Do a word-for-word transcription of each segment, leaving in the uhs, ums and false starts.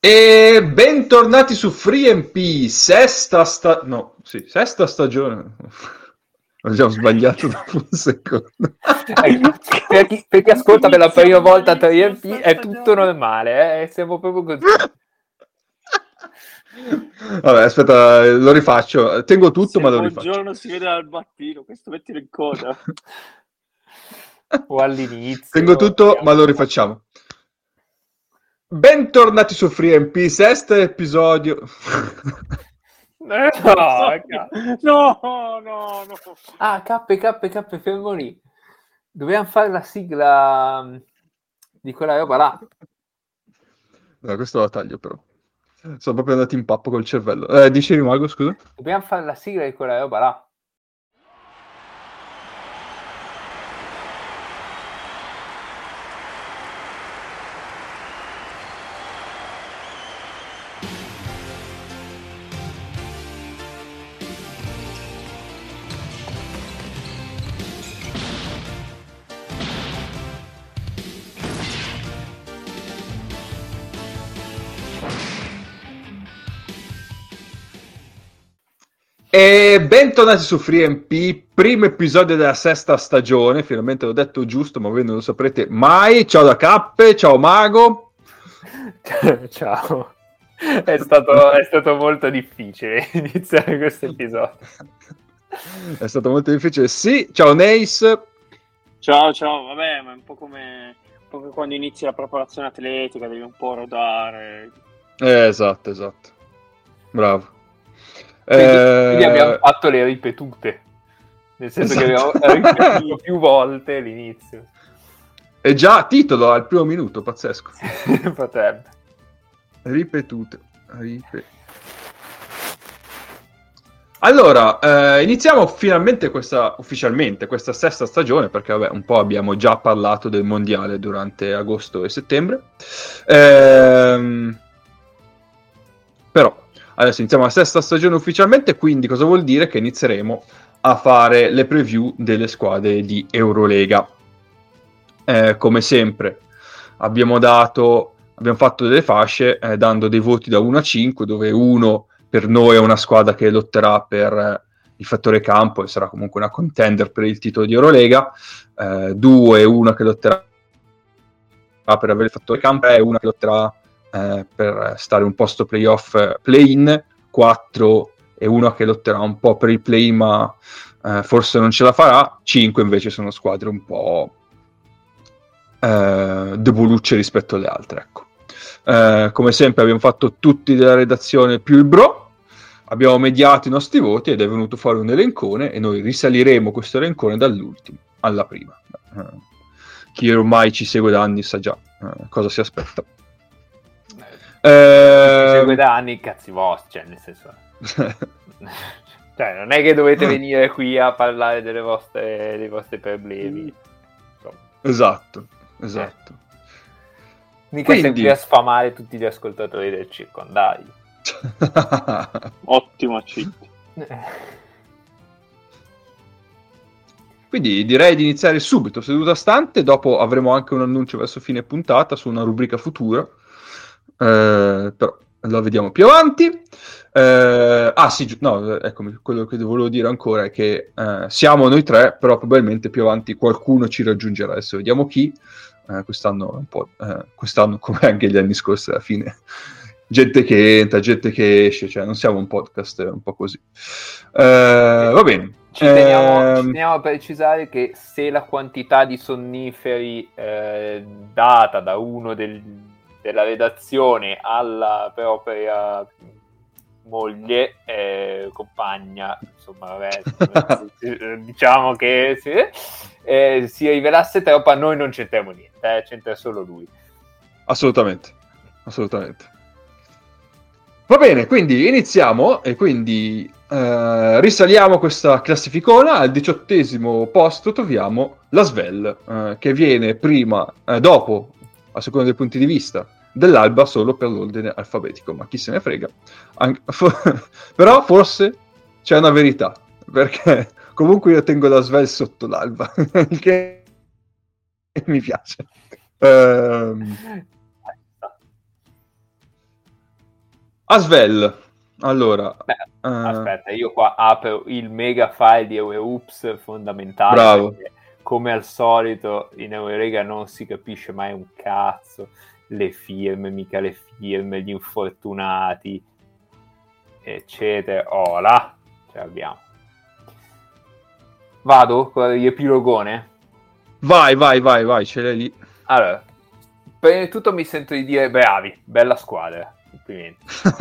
E bentornati su FreeMP, sesta sta... no, sì, sesta stagione. Abbiamo sbagliato dopo un secondo. per, chi, per chi ascolta per la prima volta FreeMP è tutto normale, eh? Siamo proprio così. Vabbè, aspetta, lo rifaccio. Tengo tutto, Se ma lo buongiorno rifaccio. si vede dal mattino, questo mettilo in coda. O all'inizio. Tengo tutto, ma lo rifacciamo. Bentornati su FreeMP, sesto episodio. No, no, no, no, no. Ah, K, K, K, fermo lì. Dobbiamo fare la sigla di quella roba là. No, questo lo taglio però. Sono proprio andati in pappo col cervello. Eh, dicevi Mago, scusa? Dobbiamo fare la sigla di quella roba là. E bentornati su FreeMP, primo episodio della sesta stagione, finalmente l'ho detto giusto, ma voi non lo saprete mai. Ciao da Cappe, ciao Mago. Ciao. È stato, è stato molto difficile iniziare questo episodio. È stato molto difficile, sì. Ciao Neis. Ciao, ciao, vabbè, ma è un po' come, un po' come quando inizi la preparazione atletica, devi un po' rodare. Eh, esatto, esatto. Bravo. Quindi, eh... quindi abbiamo fatto le ripetute, nel senso esatto. che abbiamo ripetuto più volte l'inizio. È già titolo al primo minuto, pazzesco. Potrebbe. Ripetute. Ripetute. Allora, eh, iniziamo finalmente questa, ufficialmente, questa sesta stagione, perché vabbè, un po' abbiamo già parlato del mondiale durante agosto e settembre. Ehm, però, adesso iniziamo la sesta stagione ufficialmente, quindi cosa vuol dire? Che inizieremo a fare le preview delle squadre di Eurolega. Eh, come sempre, abbiamo dato, abbiamo fatto delle fasce, eh, dando dei voti da uno a cinque, dove uno per noi è una squadra che lotterà per eh, il fattore campo e sarà comunque una contender per il titolo di Eurolega, eh, due una che lotterà per avere il fattore campo e una che lotterà eh, per stare un posto playoff eh, play-in, quattro e una che lotterà un po' per il play-in ma eh, forse non ce la farà, cinque invece sono squadre un po' eh, debolucce rispetto alle altre, ecco. Eh, come sempre abbiamo fatto tutti della redazione più il bro, abbiamo mediato i nostri voti ed è venuto fuori un elencone e noi risaliremo questo elencone dall'ultimo alla prima. Eh, chi ormai ci segue da anni sa già eh, cosa si aspetta. Eh, ci segue da anni, cazzi vostri, cioè nel senso... cioè non è che dovete venire qui a parlare delle vostre, dei vostri problemi. Insomma. Esatto, esatto. Eh. Mica Quindi... sempre a sfamare tutti gli ascoltatori del circondario. Ottimo cheat. Quindi direi di iniziare subito, seduta stante, dopo avremo anche un annuncio verso fine puntata su una rubrica futura, eh, però la vediamo più avanti. Eh, ah sì, no, eccomi, quello che volevo dire ancora è che eh, siamo noi tre, però probabilmente più avanti qualcuno ci raggiungerà, adesso vediamo chi. Eh, quest'anno un po', eh, quest'anno come anche gli anni scorsi alla fine gente che entra, gente che esce, cioè non siamo un podcast un po' così. Eh, va bene. Ci teniamo, eh, ci teniamo a precisare che se la quantità di sonniferi eh, data da uno del, della redazione alla propria moglie, eh, compagna, insomma, vabbè, diciamo che sì, eh, si rivelasse troppo, a noi non c'entriamo niente, eh, c'entra solo lui. Assolutamente, assolutamente. Va bene, quindi iniziamo e quindi eh, risaliamo questa classificona. Al diciottesimo posto troviamo la Svel, eh, che viene prima, eh, dopo, a seconda dei punti di vista, dell'Alba solo per l'ordine alfabetico, ma chi se ne frega. An- Però forse c'è una verità, perché comunque io tengo la Svel sotto l'Alba, il che mi piace. Ehm... Asvel, allora... Beh, uh... aspetta, io qua apro il mega file di Euroops fondamentale. Bravo. Perché, come al solito, in Eurega non si capisce mai un cazzo. Le firme, mica le firme, gli infortunati, eccetera. Oh là, ce l'abbiamo. Vado con l'epilogone? Vai, vai, vai, vai, ce l'hai lì. Allora, prima di tutto mi sento di dire bravi, bella squadra. Complimenti.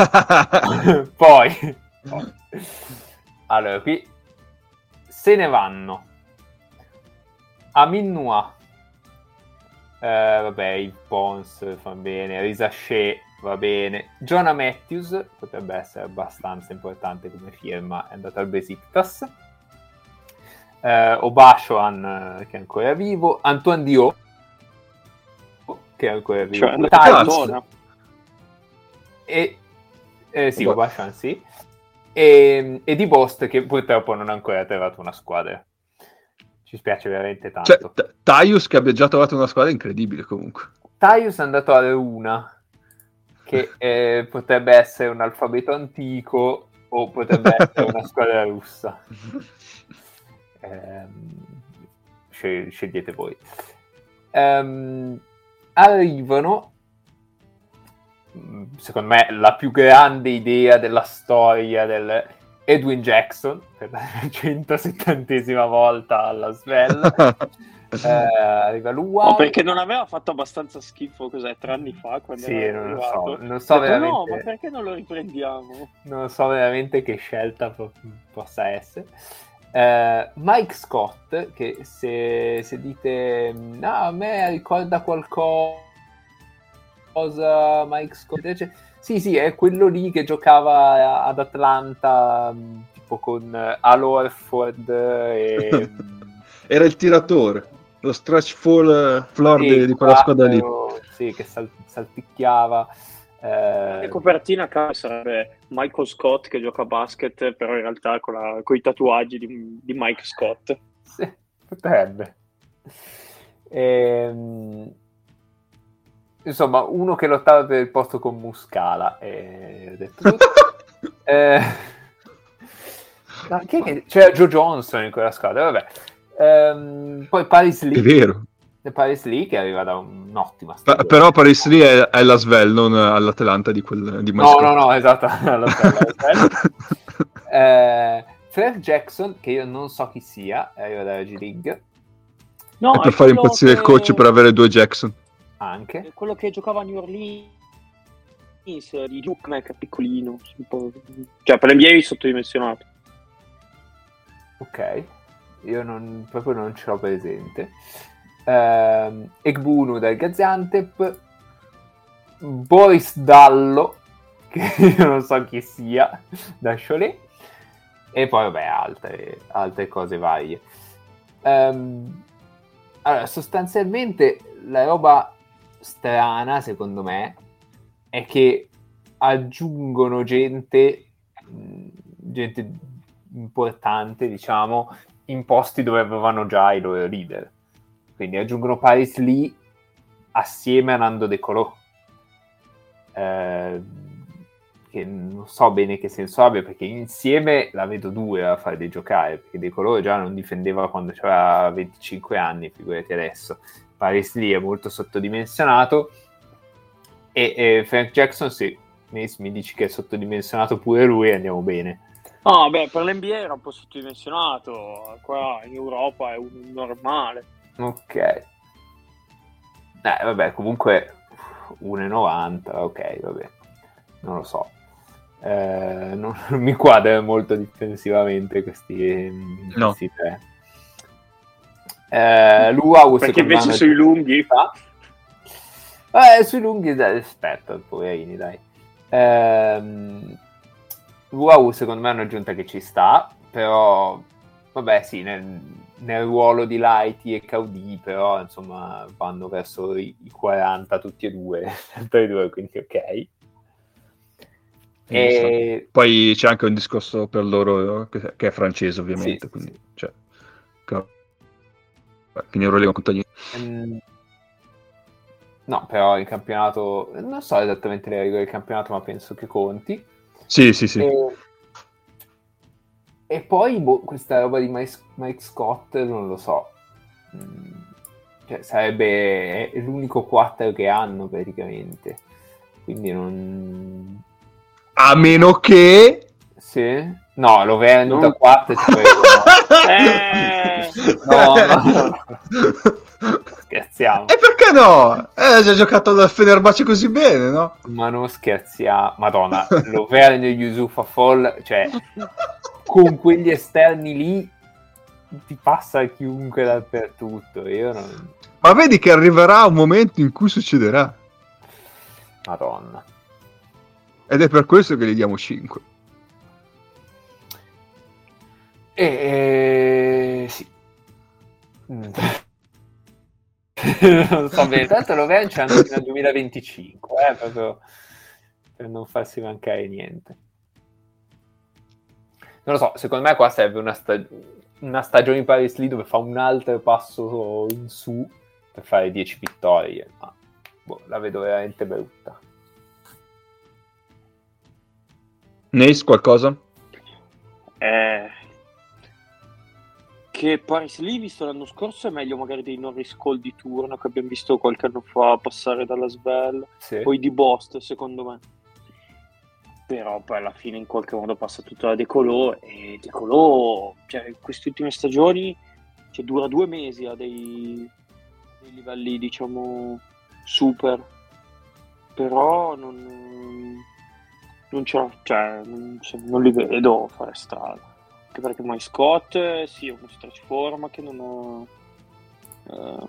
poi, poi, allora, qui se ne vanno Amin Noah, eh, vabbè, il Pons va bene, Risaché va bene, Jonah Matthews potrebbe essere abbastanza importante come firma, è andato al Besiktas, eh, Obashoan che è ancora vivo, Antoine Diop che è ancora vivo, cioè, Tyus, e eh, sì, Obashoan sì, e, e Di Bost che purtroppo non ha ancora trovato una squadra. Ci spiace veramente tanto. Cioè, Tyus che abbia già trovato una squadra incredibile comunque. Tyus è andato a Reuna, che eh, potrebbe essere un alfabeto antico o potrebbe essere una squadra russa. Eh, scel- scegliete voi. Um, arrivano, secondo me, la più grande idea della storia del Edwin Jackson per la centosettantesima volta alla Svel. eh, arriva Luau. Oh, perché non aveva fatto abbastanza schifo, cos'è, tre anni fa quando sì, era non lo arrivato. so, non so detto, veramente, no, ma perché non lo riprendiamo? Non so veramente che scelta po- possa essere. eh, Mike Scott, che se, se dite no, a me ricorda qualcosa Mike Scott, cioè, sì sì, è quello lì che giocava ad Atlanta tipo con Al Horford e... era il tiratore, lo stretch fall floor sì, di, di quella squadra lì, sì, che sal- salticchiava. La eh... copertina acá sarebbe Michael Scott che gioca a basket, però in realtà con, la, con i tatuaggi di, di Mike Scott. Sì, potrebbe. Ehm... Insomma, uno che lottava per il posto con Muscala. E... ho detto tutto. eh... Ma chi è che... C'era Joe Johnson in quella squadra, vabbè. Ehm... Poi Paris Lee. è vero. Paris Lee che arriva da un'ottima Pa- stagione. però Paris Lee è, è la Svel, non all'Atalanta di quel di No, no, no, esatto. eh, Frank Jackson, che io non so chi sia, arriva dalla G League. No, è per è fare quello impazzire che... il coach per avere due Jackson. Anche. È quello che giocava a New Orleans, di Duke Mac, piccolino. Un po'... Cioè, per l'N B A è sottodimensionato. Ok, io non, proprio non ce l'ho presente. Uh, Egbunu dal Gaziantep, Boris Dallo che io non so chi sia da Cholet, e poi vabbè altre, altre cose varie. Um, allora sostanzialmente la roba strana secondo me è che aggiungono gente gente importante, diciamo, in posti dove avevano già i loro leader. Quindi aggiungono Paris Lee assieme a Nando De Colo, eh, che non so bene che senso abbia, perché insieme la vedo due a fare dei giocare, perché De Colo già non difendeva quando aveva venticinque anni, figurati adesso. Paris Lee è molto sottodimensionato e, e Frank Jackson, se mi dici che è sottodimensionato pure lui, andiamo bene. No, beh, per l'N B A era un po' sottodimensionato, qua in Europa è un normale. Ok, eh, vabbè, comunque uno e novanta, ok, vabbè, non lo so, eh, non, non mi quadra molto difensivamente questi, no. questi tre. Eh, Luau, perché invece sui lunghi eh, sui lunghi dai, aspetta, poverini, dai. ehm Luau secondo me è un'aggiunta che ci sta, però vabbè sì, nel, nel ruolo di Lighty e K D, però insomma vanno verso i, i quaranta tutti e due, tutti e due, quindi ok. E... poi c'è anche un discorso per loro che, che è francese ovviamente, sì, quindi sì. Cioè, che in Eurolega conta niente. Um, No, però il campionato, non so esattamente le regole del campionato, ma penso che conti. Sì, sì, sì. E, e poi boh, questa roba di Mike, Mike Scott, non lo so. Mm, cioè, sarebbe è l'unico quarter che hanno praticamente. Quindi non... A meno che... Sì? No, lo vendi da Non- quarter ci prego, no. Eh. No, no. Scherziamo. E perché no? Eh, ha già giocato dal Fenerbahce così bene, no? Ma non scherziamo. Madonna, lo vendi Yusufa Fall, cioè, con quegli esterni lì ti passa chiunque dappertutto. Io non... Ma vedi che arriverà un momento in cui succederà. Madonna. Ed è per questo che gli diamo cinque. E, e... sì. Mm. Non so bene, tanto lo Venture hanno fino al duemilaventicinque, eh, proprio per non farsi mancare niente. Non lo so, secondo me qua serve una, stag- una stagione di Paris lì dove fa un altro passo in su per fare dieci vittorie, ma boh, la vedo veramente brutta. Nace, qualcosa? Eh, che Paris lì, visto l'anno scorso, è meglio magari dei Norris Cole di turno che abbiamo visto qualche anno fa passare dalla Svel, Sì. poi di Bost, secondo me. Però poi alla fine in qualche modo passa tutta la De Colo, e De Colo, cioè, in queste ultime stagioni, cioè, dura due mesi a dei, dei livelli, diciamo, super. Però non, non ce la, cioè, non, cioè, non li vedo fare strada. Anche perché Mike Scott, eh, sì, è uno stretch forma che non ha ehm,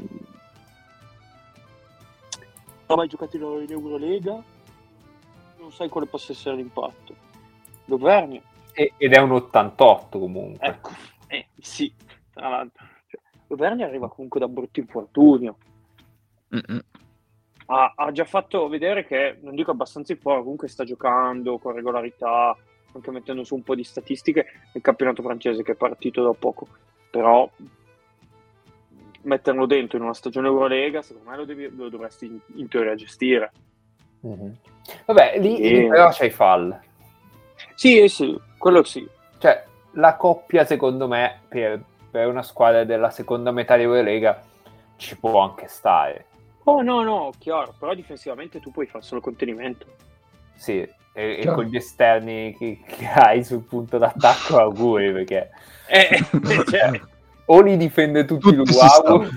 non ha mai giocato in Eurolega, non sai quale possa essere l'impatto. L'Auvergne E- ed è un ottantotto comunque. ecco, eh, sì, tra l'altro, cioè, l'Auvergne arriva comunque da brutto infortunio. Ha, ha già fatto vedere che, non dico abbastanza in forma, comunque sta giocando con regolarità, anche mettendo su un po' di statistiche nel campionato francese che è partito da poco. Però metterlo dentro in una stagione Eurolega, secondo me lo, devi, lo dovresti in, in teoria gestire. Mm-hmm. Vabbè, lì, E... lì però c'hai Fall. Sì, sì, quello sì. Cioè, la coppia, secondo me, per, per una squadra della seconda metà di Eurolega ci può anche stare. Oh no, no, chiaro, però difensivamente tu puoi fare solo contenimento. Sì, e, e con gli esterni che, che hai sul punto d'attacco, auguri, perché Eh, cioè, o li difende tutti l'Uau,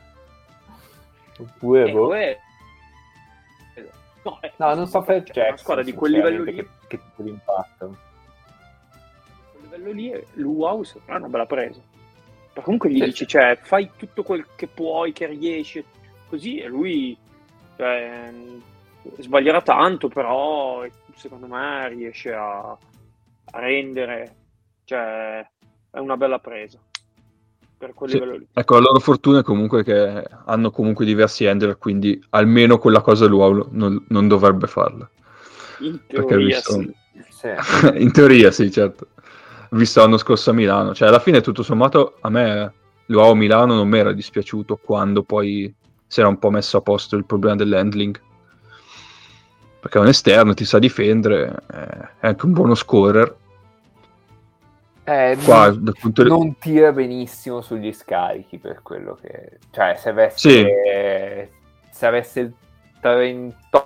oppure eh, boh. eh, no, eh, no, non so per cioè, una squadra di quel livello lì, che, che tipo di impatto. quel livello lì, l'Uau è una bella presa. Ma comunque gli Sì, dici, sì. cioè, fai tutto quel che puoi, che riesci, così, e lui, cioè, sbaglierà tanto, però secondo me riesce a, a rendere, cioè, è una bella presa per quel Sì. livello lì. Ecco, la loro fortuna è comunque che hanno comunque diversi handler, quindi almeno quella cosa l'Uau non, non dovrebbe farla. In Perché teoria visto... sì. Sì. In teoria sì, certo. Visto l'anno scorso a Milano. Cioè, alla fine, tutto sommato, a me l'Uau Milano non mi era dispiaciuto quando poi si era un po' messo a posto il problema dell'handling. Perché è un esterno, ti sa difendere, è anche un buono scorer. Eh, Qua, non, dal punto di... non tira benissimo sugli scarichi, per quello che... Cioè, se avesse, Sì. se avesse il trentotto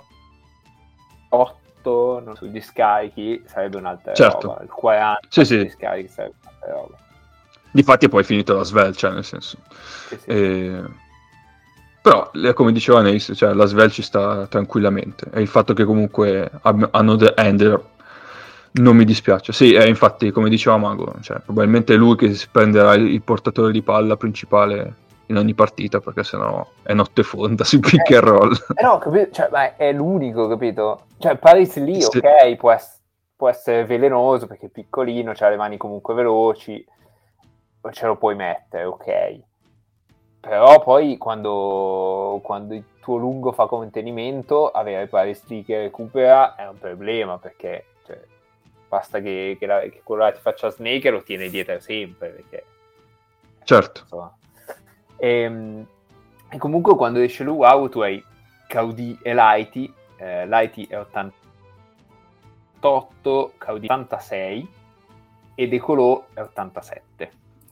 no, sugli scarichi sarebbe un'altra Certo. roba. Il quaranta Sì, sugli sì. scarichi sarebbe un'altra roba. Difatti è poi finito la Svel, cioè nel senso... Sì, sì. E... Però, come diceva Nace, cioè, la Svel ci sta tranquillamente. E il fatto che comunque ab- hanno The Handler non mi dispiace. Sì, è infatti, come diceva Mago, cioè, probabilmente è lui che si prenderà il, il portatore di palla principale in ogni partita, perché sennò è notte fonda sui pick and roll. Eh no, capito? Cioè, ma è l'unico, capito? Cioè, Paris lì, Sì. ok, può, ess- può essere velenoso perché è piccolino, c'ha le mani comunque veloci, ce lo puoi mettere, ok. Però poi quando, quando il tuo lungo fa contenimento, avere Paris lì che recupera è un problema, perché cioè, basta che, che, la, che quello là ti faccia snake e lo tiene dietro sempre, perché Certo. insomma. E, e comunque quando esce l'Uau tu hai Caudì e Laiti. eh, Laiti è ottantotto, Caudì ottantasei e De Colò è ottantasette,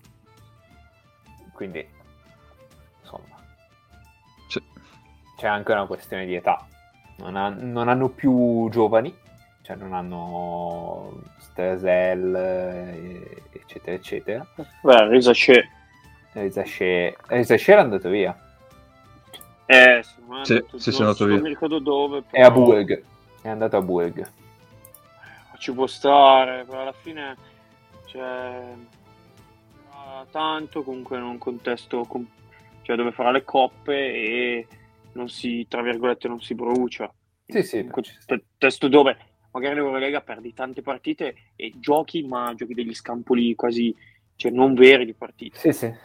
quindi insomma sì. C'è anche una questione di età, non, ha, non hanno più giovani, cioè non hanno Stresel eccetera eccetera. Beh, Risaché Risaché Risaché era andato via. Eh, sì, andato, sì, non, sono andato via. Non mi ricordo dove. Però... È a Burg. È andato a Burg. Ci può stare, però alla fine cioè, tanto comunque in un contesto cioè, dove farà le coppe e non si, tra virgolette, non si brucia. Sì, sì. Un contesto dove magari l'Eurolega perdi tante partite e giochi, ma giochi degli scampoli quasi, cioè non veri di partite. Sì, sì.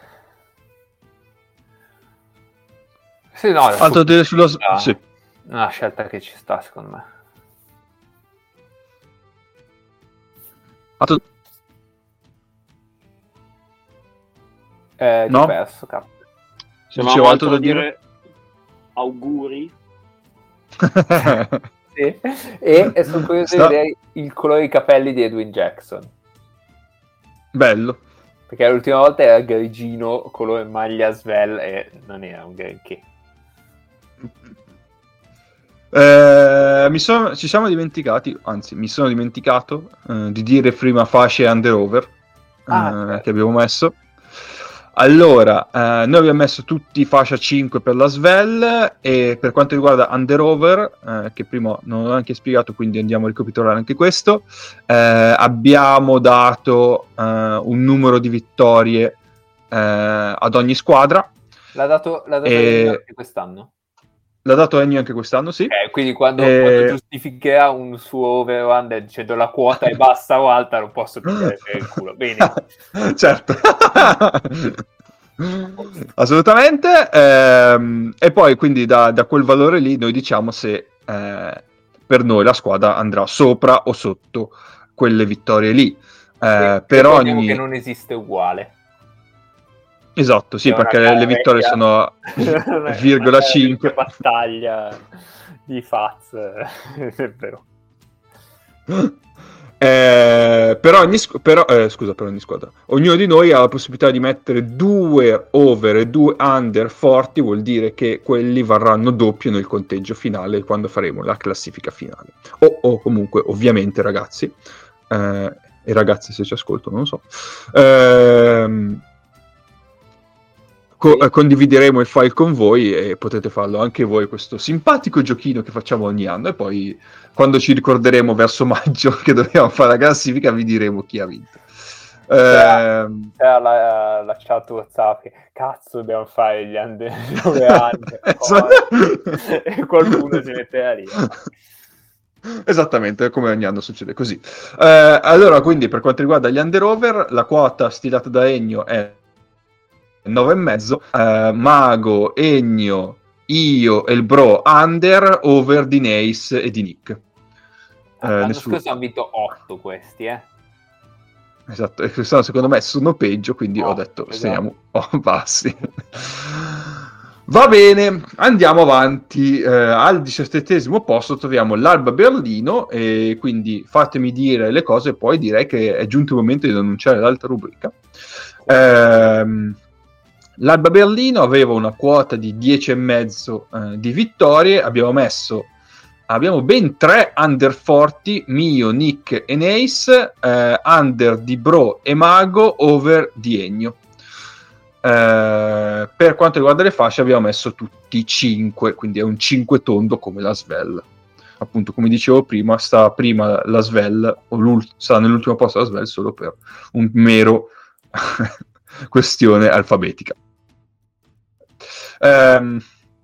Sì, no, altro dire sullo sta... sì. una scelta che ci sta, secondo me. Altro... Eh, no? Perso, cap. Se dicevo altro da dire, dire auguri. Sì. E, e sono curioso di vedere il colore dei capelli di Edwin Jackson. Bello. Perché l'ultima volta era grigino, colore maglia Svel e non era un granché. Eh, mi sono, ci siamo dimenticati, anzi mi sono dimenticato eh, di dire prima fasce under over ah, eh, certo. che abbiamo messo. Allora, eh, noi abbiamo messo tutti fascia cinque per la Svel e per quanto riguarda under over, eh, che prima non ho neanche spiegato, quindi andiamo a ricapitolare anche questo, eh, abbiamo dato eh, un numero di vittorie eh, ad ogni squadra. L'ha dato, l'ha dato e... anche quest'anno? L'ha dato Ennio anche quest'anno, sì. Eh, quindi quando, e... quando giustificherà un suo over o under dicendo la quota è bassa o alta, non posso pigliare per il culo. Bene. Certo. Assolutamente. Ehm, e poi quindi da, da quel valore lì noi diciamo se eh, per noi la squadra andrà sopra o sotto quelle vittorie lì. Eh, per ogni... che non esiste uguale. Esatto, sì, perché le vittorie sono virgola cinque. Battaglia di Faz, è vero. Eh, per ogni, però, eh, scusa, per ogni squadra, ognuno di noi ha la possibilità di mettere due over e due under forti, vuol dire che quelli varranno doppio nel conteggio finale quando faremo la classifica finale. O, o comunque, ovviamente, ragazzi, eh, e ragazzi se ci ascoltano, non so, ehm, Co- condivideremo il file con voi e potete farlo anche voi, questo simpatico giochino che facciamo ogni anno, e poi quando ci ricorderemo verso maggio che dobbiamo fare la classifica vi diremo chi ha vinto. C'era, eh, c'era la, la chat WhatsApp che cazzo dobbiamo fare gli under nove anni e qualcuno si metterà lì. Esattamente, come ogni anno succede così. Eh, allora, quindi per quanto riguarda gli under over, la quota stilata da Ennio è nove e mezzo, eh, Mago, Ennio, io e il bro under, over di Nace e di Nick. Eh, L'anno nessuno... scorso hanno vinto otto questi, eh. Esatto, e quest'anno secondo me sono peggio, quindi oh, ho detto esatto. steniamo oh, bassi. Va bene, andiamo avanti. Eh, al diciassettesimo posto troviamo l'Alba Berlino e quindi fatemi dire le cose e poi direi che è giunto il momento di annunciare l'altra rubrica. Eh, L'Alba Berlino aveva una quota di dieci e mezzo eh, di vittorie, abbiamo messo abbiamo ben tre under forti, mio, Nick e Nace, eh, under di Bro e Mago, over di Ennio. Eh, per quanto riguarda le fasce abbiamo messo tutti cinque, quindi è un cinque tondo come la Svel. Appunto, come dicevo prima, sta prima la Svel, o sta nell'ultimo posto la Svel solo per un mero questione alfabetica. Eh,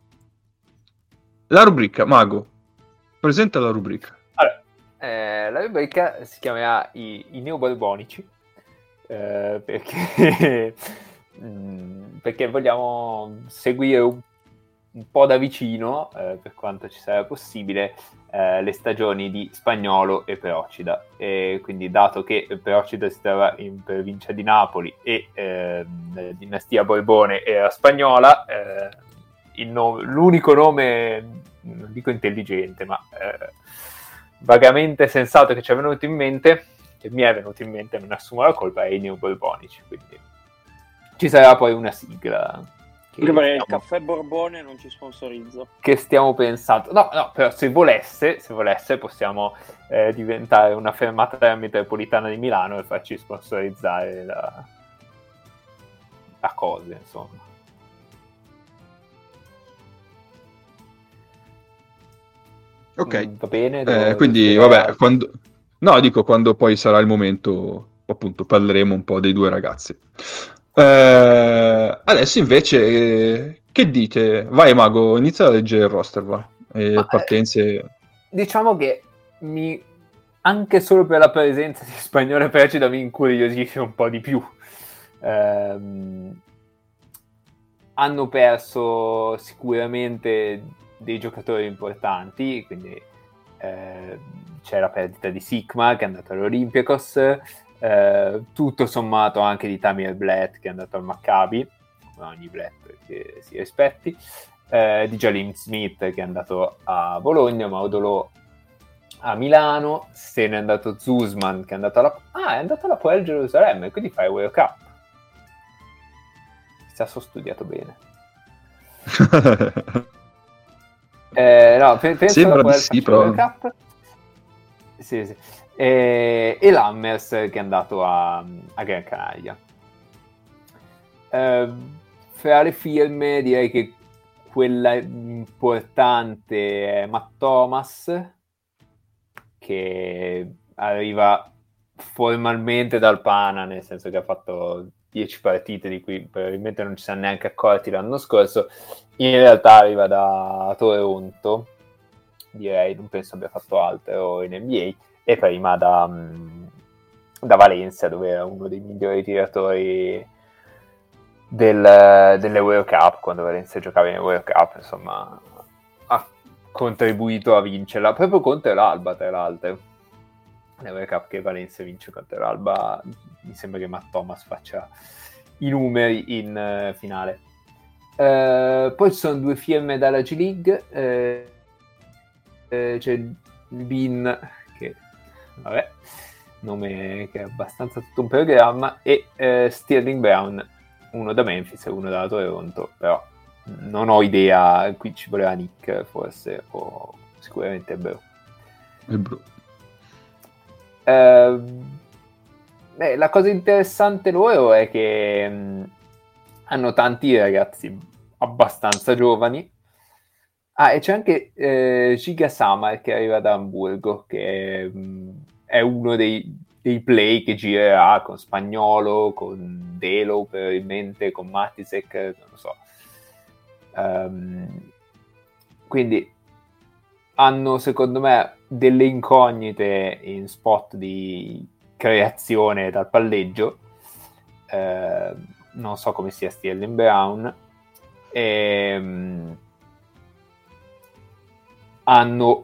la rubrica, Mago, presenta la rubrica. Allora, eh, la rubrica si chiamerà i, i neoborbonici, eh, perché, perché vogliamo seguire un, un po' da vicino, eh, per quanto ci sarà possibile, eh, le stagioni di Spagnolo e Procida. E quindi, dato che Procida si trova in provincia di Napoli e eh, la dinastia Borbone era spagnola, eh, il nome, l'unico nome, non dico intelligente, ma eh, vagamente sensato che ci è venuto in mente, che mi è venuto in mente, non assumo la colpa, è i neoborbonici, quindi ci sarà poi una sigla che stiamo... il caffè Borbone non ci sponsorizza, che stiamo pensando, no, no, però se volesse, se volesse possiamo eh, diventare una fermata della metropolitana di Milano e farci sponsorizzare la, la cosa, insomma. Ok, va bene. Eh, quindi vabbè, quando... no, dico quando poi sarà il momento, appunto, parleremo un po' dei due ragazzi. Eh, adesso invece, eh, che dite? Vai Mago, inizia a leggere il roster, va. E Ma, partenze... eh, diciamo che mi... anche solo per la presenza di Spagnolo Precida mi incuriosisce un po' di più. Ehm, hanno perso sicuramente dei giocatori importanti, quindi eh, c'è la perdita di Sigma che è andato all'Olympiakos, eh, tutto sommato anche di Tamir Blatt che è andato al Maccabi, come ogni Blatt che si rispetti, eh, di Jalim Smith che è andato a Bologna, Maudolo a Milano, se n'è andato Zuzman che è andato alla ah è andato alla Poel Gerusalemme, quindi fa il World Cup. Si è studiato bene. eh, no, penso sembra di sì, però... World Cup. Sì, sì. E, e Lammers che è andato a, a Gran Canaria. Eh, fra le firme direi che quella importante è Matt Thomas, che arriva formalmente dal Pana, nel senso che ha fatto dieci partite di cui probabilmente non ci siamo neanche accorti l'anno scorso. In realtà arriva da Toronto, direi, non penso abbia fatto altro in N B A, e prima da, da Valencia, dove era uno dei migliori tiratori del, dell'Euro Cup, quando Valencia giocava in Euro Cup, insomma ha contribuito a vincerla proprio contro l'Alba, tra l'altro. L'Euro Cup che Valencia vince contro l'Alba, mi sembra che Matt Thomas faccia i numeri in uh, finale. Uh, poi ci sono due firme dalla G League, uh, uh, c'è Bin, che vabbè, nome che è abbastanza tutto un programma, e uh, Sterling Brown, uno da Memphis e uno da Toronto, però non ho idea, qui ci voleva Nick forse, o sicuramente Bro. Il Bro. Uh, beh, la cosa interessante loro è che mh, hanno tanti ragazzi abbastanza giovani. Ah, e c'è anche eh, Giga Samar che arriva da Amburgo, che mh, è uno dei, dei play che girerà con Spagnolo, con Delo probabilmente, con Matisek, non lo so. Um, quindi hanno secondo me delle incognite in spot di creazione dal palleggio, eh, non so come sia Sterling Brown, e, um, hanno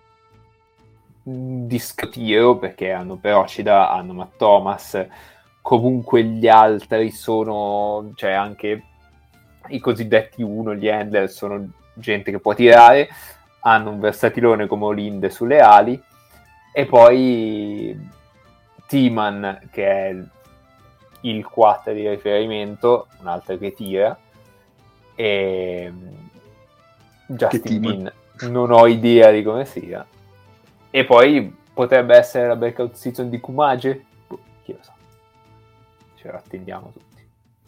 discutiro perché hanno Procida, hanno Matt Thomas, comunque gli altri sono, cioè anche i cosiddetti uno, gli handler, sono gente che può tirare, hanno un versatilone come Olinde sulle ali, e poi Timan che è il quattro di riferimento, un altro che tira, e Justin Bean non ho idea di come sia, e poi potrebbe essere la breakout season di Kumage, chi lo sa, ce lo attendiamo tutti.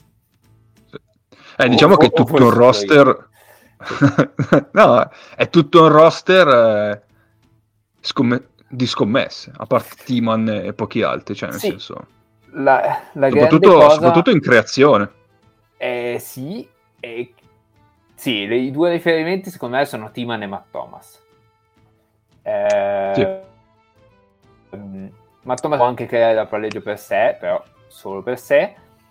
Eh, diciamo o, che è tutto un roster no, è tutto un roster eh, scomm- di scommesse, a parte Timan e pochi altri, cioè nel sì, senso la, la soprattutto, cosa... soprattutto in creazione. Eh, sì, eh, sì, le, i due riferimenti secondo me sono Timan e Matt Thomas. Eh, sì. Matt Thomas può anche creare la palleggio per sé, però solo per sé,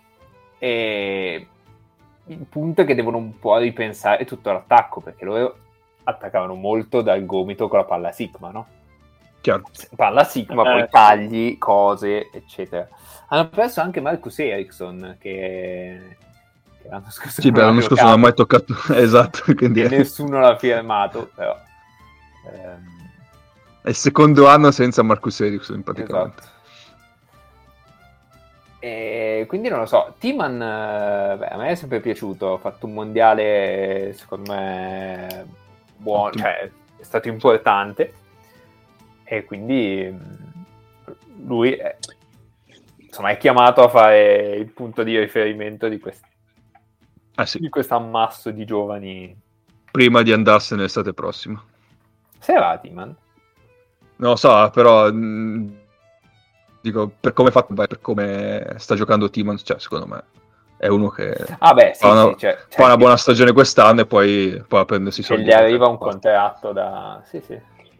e il punto è che devono un po' ripensare tutto l'attacco, perché loro attaccavano molto dal gomito con la palla Sigma, no? Chiaro. Palla Sigma, eh, poi tagli, cose, eccetera. Hanno perso anche Marcus Ericsson, che, che l'anno scorso, sì, beh, l'anno scorso non ha mai toccato, esatto, quindi e nessuno l'ha firmato, però ehm... è il secondo anno senza Marcus Ericsson praticamente. Esatto. E quindi non lo so, Timan, beh, a me è sempre piaciuto, ha fatto un mondiale secondo me buono, cioè è stato importante, e quindi lui è, insomma, è chiamato a fare il punto di riferimento di, quest... ah, sì. di questo ammasso di giovani prima di andarsene l'estate prossima. Se va Timan? Non lo so, però mh, dico, per come è fatto, per come sta giocando Timan, cioè secondo me è uno che ah beh, sì, fa, una, sì, cioè, fa cioè, una buona stagione quest'anno e poi può prendersi i soldi. Che gli arriva un contratto da... Sì, sì.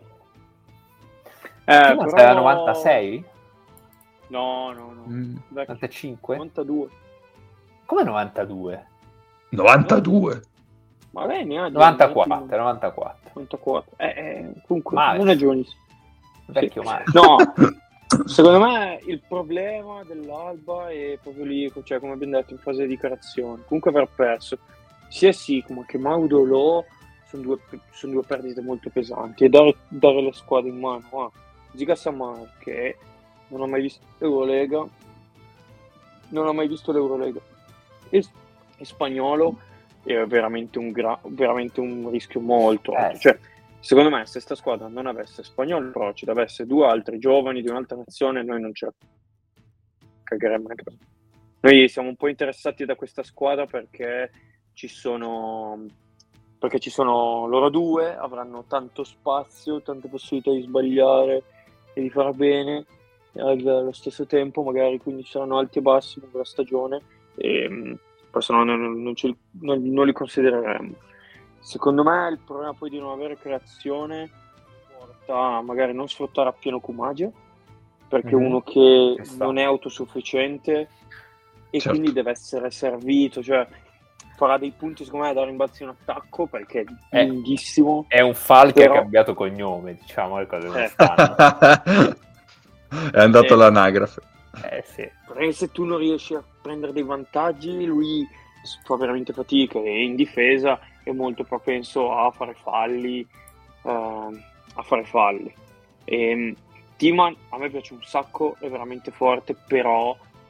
Eh, Timan però... sarà novantasei? No, no, no. Mm. novantacinque? novantadue. Come novantadue? novantadue? Ma lei ne ha novantaquattro, novantaquattro. novantaquattro. Eh, eh, comunque, Male. non è giovanissimo. Vecchio sì. male. No, secondo me il problema dell'Alba è proprio lì, cioè come abbiamo detto in fase di dichiarazione. Comunque aver perso sia Sigma che Maudolò sono due, sono due perdite molto pesanti, e dare, dare le squadre in mano a Giga Samar, che non ho mai visto l'Eurolega, non ho mai visto l'Eurolega, e, e Spagnolo è veramente un, gra- veramente un rischio molto alto. Eh. Cioè, secondo me, se sta squadra non avesse Spagnolo, però ci deve essere due altri giovani di un'altra nazione, noi non ce la cagheremmo neanche. Noi siamo un po' interessati da questa squadra perché ci sono perché ci sono loro due, avranno tanto spazio, tante possibilità di sbagliare e di fare bene, e allo stesso tempo magari quindi saranno alti e bassi lungo la stagione, e poi se no non, non, ce li, non, non li considereremmo. Secondo me il problema poi di non avere creazione porta a magari non sfruttare appieno Kumagia, perché mm-hmm. uno che non è autosufficiente e certo. quindi deve essere servito, cioè farà dei punti secondo me da rimbalzi in attacco perché è è lunghissimo. È un Fal però... che ha cambiato cognome, diciamo le cose non eh. stanno. È andato eh. all'anagrafe. Eh sì. Perché se tu non riesci a prendere dei vantaggi, lui fa veramente fatica, e in difesa è molto propenso a fare falli, uh, a fare falli. E Timan a me piace un sacco, è veramente forte, però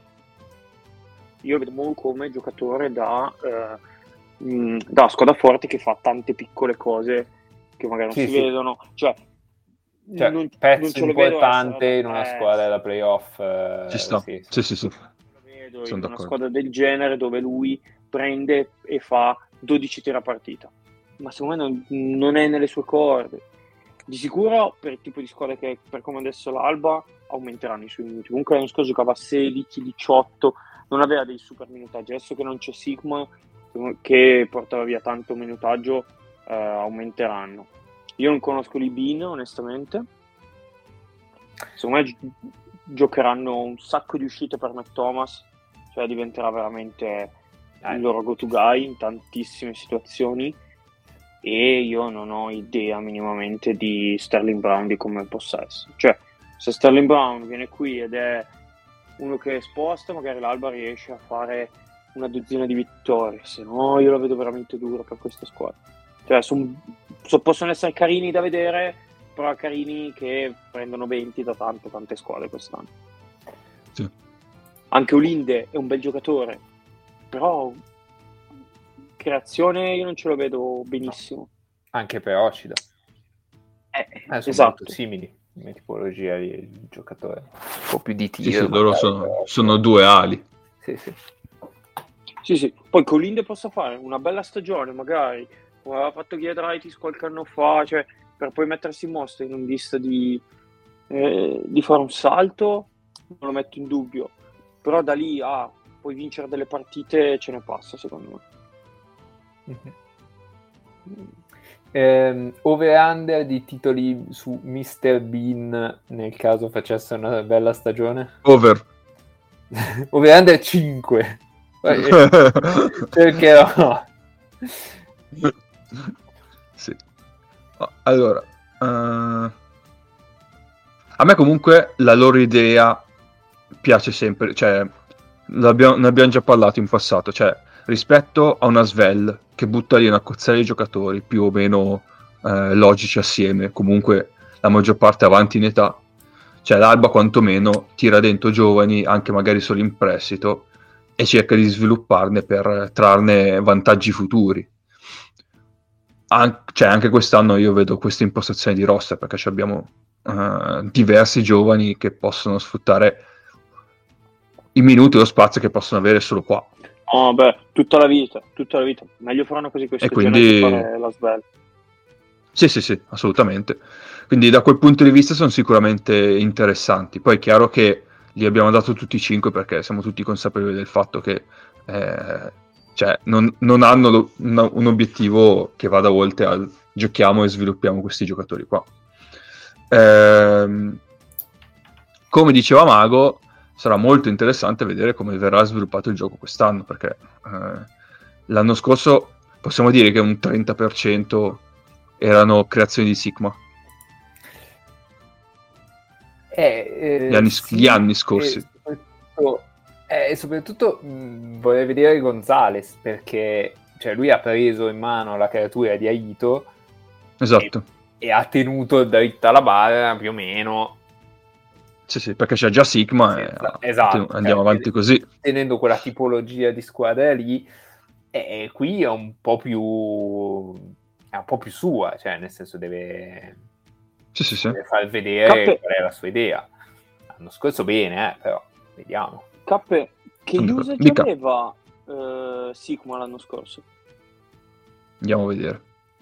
io vedo molto come giocatore da, uh, mh, da squadra forte che fa tante piccole cose che magari non sì, si sì. vedono, cioè, cioè non, pezzo non ce lo importante vedo in una eh, squadra da playoff. Eh, ci sta, sì, sì, sì, sì. Lo vedo Sono in d'accordo. una squadra del genere dove lui prende e fa dodici tiri a partita, ma secondo me non, non è nelle sue corde. Di sicuro per il tipo di squadra che per come adesso l'Alba aumenteranno i suoi minuti. Comunque l'anno scorso giocava sedici diciotto, non aveva dei super minutaggi. Adesso che non c'è Sigma che portava via tanto minutaggio, eh, aumenteranno. Io non conosco l'Ibin onestamente, secondo me gi- giocheranno un sacco di uscite per McThomas, cioè diventerà veramente il loro go-to guy in tantissime situazioni, e io non ho idea minimamente di Sterling Brown di come possa essere. Cioè, se Sterling Brown viene qui ed è uno che è esposto, magari l'Alba riesce a fare una dozzina di vittorie, se no io lo vedo veramente duro per questa squadra. Cioè, son, so, possono essere carini da vedere, però carini che prendono venti da tante tante squadre quest'anno. Sì. Anche Olinde è un bel giocatore, però creazione io non ce lo vedo benissimo. Anche per Ocida. Eh, eh, sono esatto. molto simili come tipologia di giocatore, un po' più di tiro. Sì, sì, loro sono, sono due ali. Sì, sì. Sì, sì. Poi con l'Inde possa fare una bella stagione, magari come aveva fatto Giedraitis qualche anno fa, cioè per poi mettersi in mostra in un vista di, eh, di fare un salto, non lo metto in dubbio, però da lì a ah, poi vincere delle partite ce ne passa secondo me. Mm-hmm. Eh, over-under di titoli su mister Bean nel caso facesse una bella stagione? Over. Over-under cinque. Perché no? Sì. Allora, uh, a me comunque la loro idea piace sempre, cioè l'abbiamo, ne abbiamo già parlato in passato, cioè rispetto a una Svel che butta lì una cozzella di giocatori più o meno eh, logici assieme, comunque la maggior parte avanti in età. Cioè l'Alba quantomeno tira dentro giovani, anche magari solo in prestito, e cerca di svilupparne per trarne vantaggi futuri. An- cioè anche quest'anno io vedo questa impostazione di roster, perché abbiamo uh, diversi giovani che possono sfruttare i minuti e lo spazio che possono avere solo qua. Oh, beh, tutta la vita, tutta la vita. Meglio fare una così questa quindi... che fare la Svel. Sì, sì, sì, assolutamente. Quindi da quel punto di vista sono sicuramente interessanti. Poi è chiaro che li abbiamo dato tutti e cinque perché siamo tutti consapevoli del fatto che eh, cioè, non, non hanno lo, un, un obiettivo che vada oltre al giochiamo e sviluppiamo questi giocatori qua. Ehm, come diceva Mago, sarà molto interessante vedere come verrà sviluppato il gioco quest'anno, perché eh, l'anno scorso possiamo dire che un trenta per cento erano creazioni di Sigma. Eh, eh, gli, anni, sì, gli anni scorsi. E soprattutto, eh, soprattutto mh, vorrei vedere Gonzales, perché cioè, lui ha preso in mano la creatura di Aito. Esatto. E, e ha tenuto dritta la barra più o meno. Sì, sì, perché c'è già Sigma sì, e esatto, andiamo cioè, avanti così. Tenendo quella tipologia di squadra lì, e qui è un po' più è un po' più sua, cioè nel senso deve, sì, sì, sì. deve far vedere Cappe... qual è la sua idea. L'anno scorso bene, eh, però vediamo. Cappe, che usage aveva uh, Sigma l'anno scorso? Andiamo a vedere.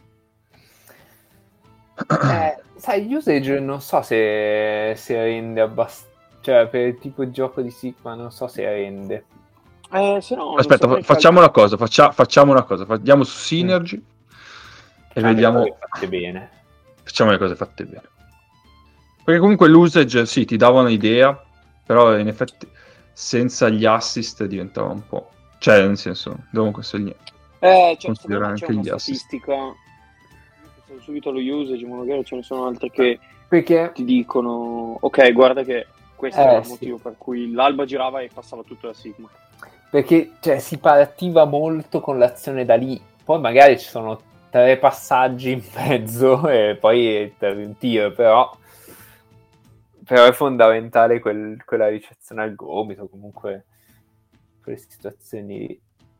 Eh, sai, usage non so se, se rende abbastanza, cioè per il tipo di gioco di Sigma non so se rende. Eh, se no, aspetta, fa- facciamo una cosa, faccia- facciamo una cosa, andiamo su Synergy mm. e facciamo vediamo le cose fatte bene. Facciamo le cose fatte bene. Perché comunque l'usage sì, ti dava un'idea, però in effetti senza gli assist diventava un po', cioè nel senso, dobbiamo consigliare. Eh, cioè, considerare anche c'è gli una assist. statistica subito lo usage, ma magari ce ne sono altre che perché ti dicono ok, guarda che questo eh, è il sì. motivo per cui l'Alba girava e passava tutto da Sigma, perché cioè, si partiva molto con l'azione da lì, poi magari ci sono tre passaggi in mezzo e poi un tiro, però però è fondamentale quel, quella ricezione al gomito, comunque quelle situazioni.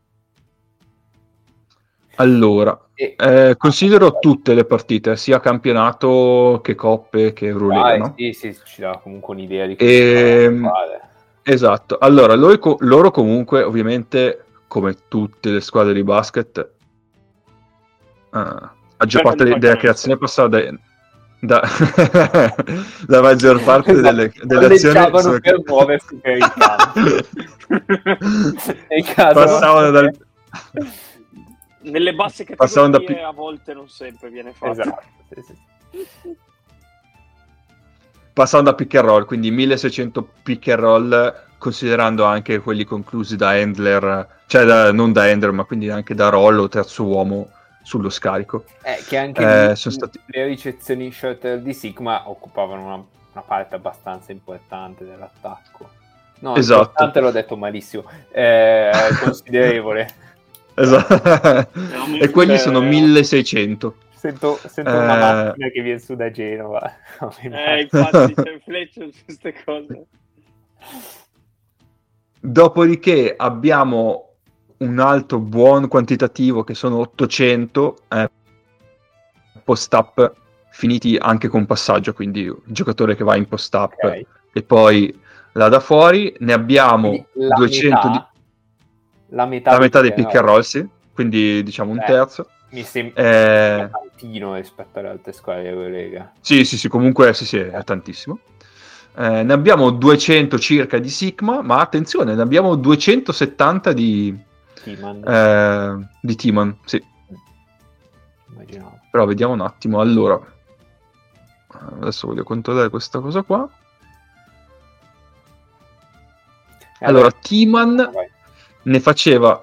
Allora, e... eh, considero tutte le partite, sia campionato che coppe che Eurolega, ah, no? Sì, sì, ci dà comunque un'idea di cosa fare. Esatto, allora loro, loro comunque, ovviamente, come tutte le squadre di basket, uh, la maggior parte de- della creazione passava da, da la maggior parte esatto. delle, delle azioni sono per che... muoversi per il campo. Passavano dal... Nelle basse categorie da... a volte non sempre viene fatto. Esatto, sì, sì. Passando da pick and roll, quindi milleseicento pick and roll, considerando anche quelli conclusi da handler, cioè da, non da handler, ma quindi anche da roll o terzo uomo sullo scarico. Eh, che anche eh, sono stati... le ricezioni shorter di Sigma occupavano una, una parte abbastanza importante dell'attacco. No, esatto. Importante l'ho detto malissimo, eh, considerevole. Esatto. E quelli sono milleseicento. Sento, sento eh... una macchina che viene su da Genova. Eh, infatti c'è Fletcher su queste cose. Dopodiché abbiamo un altro buon quantitativo che sono ottocento eh, post-up finiti anche con passaggio, quindi il giocatore che va in post-up okay. e poi la da fuori. Ne abbiamo duecento metà, di... la metà, la metà dei pick and roll, sì. Quindi diciamo un eh. terzo. Mi sembra eh... tantino rispetto alle altre squadre Eurolega. Sì, sì, sì, comunque sì, sì, è tantissimo. Eh, ne abbiamo duecento circa di Sigma, ma attenzione, ne abbiamo duecentosettanta di T-Man. Eh, di T-Man, sì. Immaginavo. Però vediamo un attimo. Allora, adesso voglio controllare questa cosa qua. Eh, allora, T-Man ne faceva...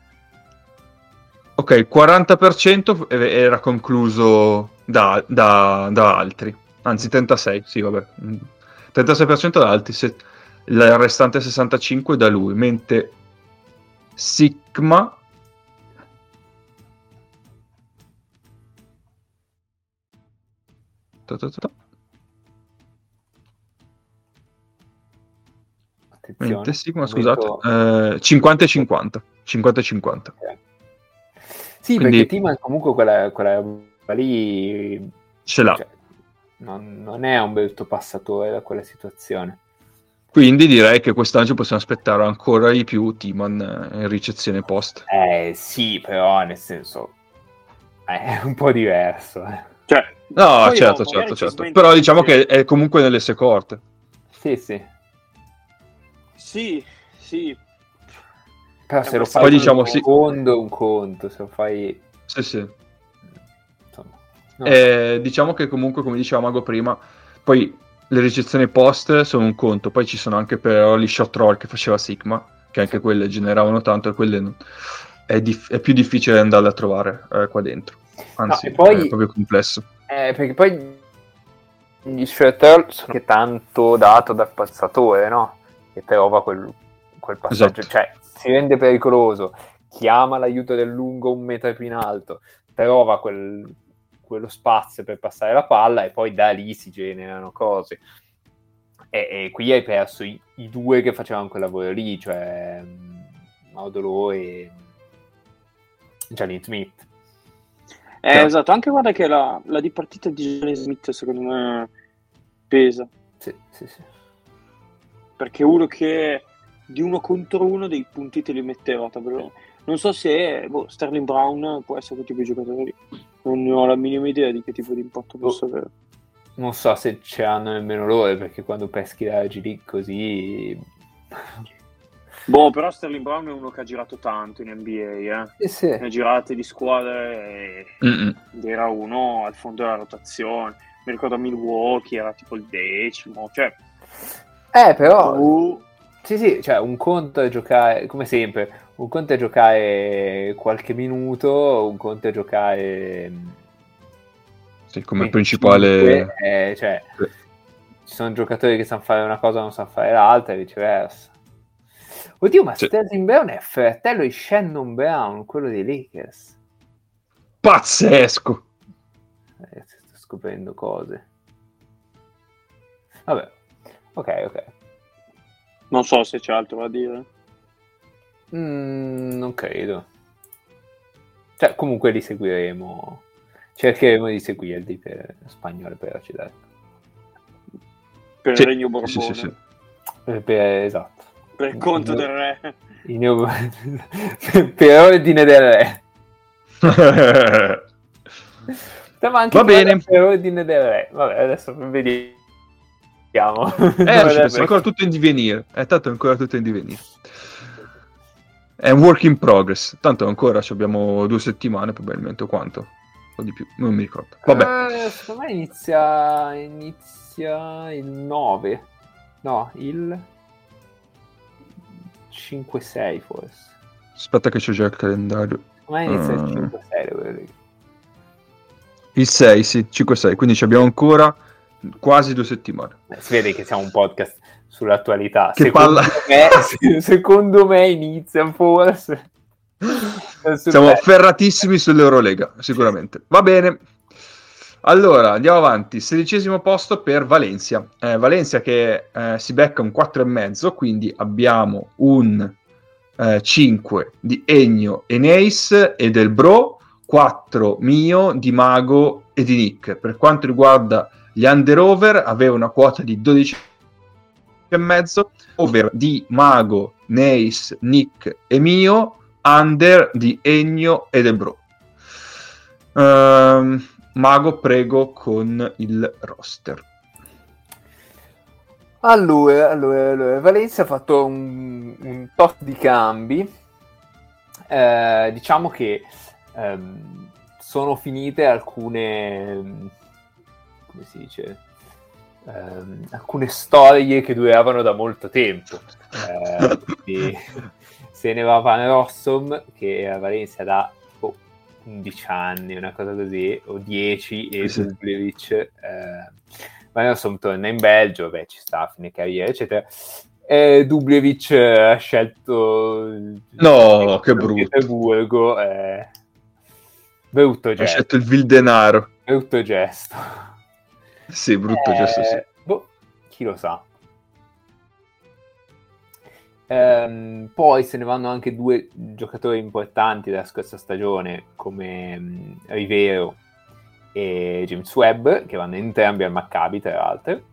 Ok, il quaranta per cento era concluso da, da, da altri, anzi trentasei, sì vabbè, trentasei per cento da altri, se, il restante sessantacinque per cento da lui, mentre Sigma Ta ta ta ta. Attenzione, Sigma, momento... scusate, eh, cinquanta e cinquanta. cinquanta e cinquanta. Okay. Sì, quindi... perché Timan comunque quella, quella lì ce l'ha. Cioè, non, non è un bel passatore da quella situazione. Quindi direi che quest'anno ci possiamo aspettare ancora di più Timan in ricezione post. Eh sì, però nel senso è un po' diverso. Eh. Cioè, no, certo, certo, certo. Però diciamo che è comunque nelle sei corte. Sì, sì. Sì, sì. Però è se lo fai poi, diciamo, un sì. conto, un conto, se lo fai... Sì, sì. Insomma, no. eh, diciamo che comunque, come diceva Mago prima, poi le ricezioni post sono un conto, poi ci sono anche però gli shot roll che faceva Sigma, che anche sì. quelle generavano tanto e quelle non... è, dif- è più difficile andarle a trovare eh, qua dentro, anzi no, poi, è proprio complesso. Eh, perché poi gli shot roll sono anche tanto dato dal passatore, no? Che trova quel, quel passaggio, esatto. Cioè si rende pericoloso, chiama l'aiuto del lungo un metro più in alto, trova quel, quello spazio per passare la palla e poi da lì si generano cose. E, e qui hai perso i, i due che facevano quel lavoro lì, cioè Maudolo e Jalen Smith. Eh, cioè. Esatto, anche guarda che la, la dipartita di Jalen Smith secondo me pesa. Sì, sì, sì. Perché uno che di uno contro uno dei punti te li metteva a tabellone. Non so se boh, Sterling Brown può essere quel tipo di giocatore. Non ne ho la minima idea di che tipo di impatto possa avere. Non so se ce l'hanno nemmeno loro, perché quando peschi la G League così... Boh, però Sterling Brown è uno che ha girato tanto in N B A, eh. Sì, sì. Ne ha girate di squadre ed era uno al fondo della rotazione. Mi ricordo a Milwaukee, era tipo il decimo, cioè... Eh, però... Uh, Sì, sì, cioè un conto è giocare, come sempre, un conto è giocare qualche minuto, un conto è giocare... Sì, come principale... Eh, cioè, sì. Ci sono giocatori che sanno fare una cosa e non sanno fare l'altra e viceversa. Oddio, ma sì. Sterling Brown è fratello di Shannon Brown, quello dei Lakers. Pazzesco! Eh, sto scoprendo cose. Vabbè, ok, ok. Non so se c'è altro da dire. Mm, non credo. Cioè, comunque li seguiremo. Cercheremo di seguirli per spagnolo, per accidere. Per sì, il regno Borbone. Sì, sì, sì. Per, per, esatto. Per il conto il, del re. Il, per ordine del re. Anche va bene. Per ordine del re. Vabbè, adesso vediamo. Eh, ci penso, è ancora tutto in divenire. È tanto ancora tutto in divenire. È un work in progress. Tanto ancora abbiamo due settimane, probabilmente, o quanto? O di più, non mi ricordo. Vabbè. Eh, secondo me inizia inizia il nove. No, il cinque sei forse. Aspetta che c'ho già il calendario. Secondo me inizia uh... il cinque sei. Il sei, sì, cinque sei. Quindi abbiamo ancora quasi due settimane. Eh, si vede che siamo un podcast sull'attualità. Che secondo palla... me, secondo me inizia forse. Siamo afferratissimi sull'Eurolega, sicuramente. Va bene. Allora, andiamo avanti. Sedicesimo posto per Valencia. Eh, Valencia che eh, si becca un quattro e mezzo, quindi abbiamo un eh, cinque di Ennio e Neis e del Bro, quattro mio, di Mago e di Nick. Per quanto riguarda gli under-over, aveva una quota di dodici e mezzo, over di Mago, Neis, Nick e mio, under di Ennio e del Bro. Um, Mago, prego, con il roster. Allora, allora, allora. Valencia ha fatto un, un tot di cambi. Eh, diciamo che ehm, sono finite alcune, come si dice, ehm, alcune storie che duravano da molto tempo. Eh, se ne va Van Rossum, che era Valencia da oh, undici anni, una cosa così, o dieci, e sì. Dublevic. Eh, Van Rossum torna in Belgio, beh, ci sta a fine carriera, eccetera. E Dublevic ha scelto no, che brutto Burgo, eh, brutto gesto. Ha scelto il vil denaro, brutto gesto. Sì, brutto eh, gesto, sì. Boh, chi lo sa. Ehm, poi se ne vanno anche due giocatori importanti della scorsa stagione, come um, Rivero e James Webb, che vanno entrambi al Maccabi, tra l'altro.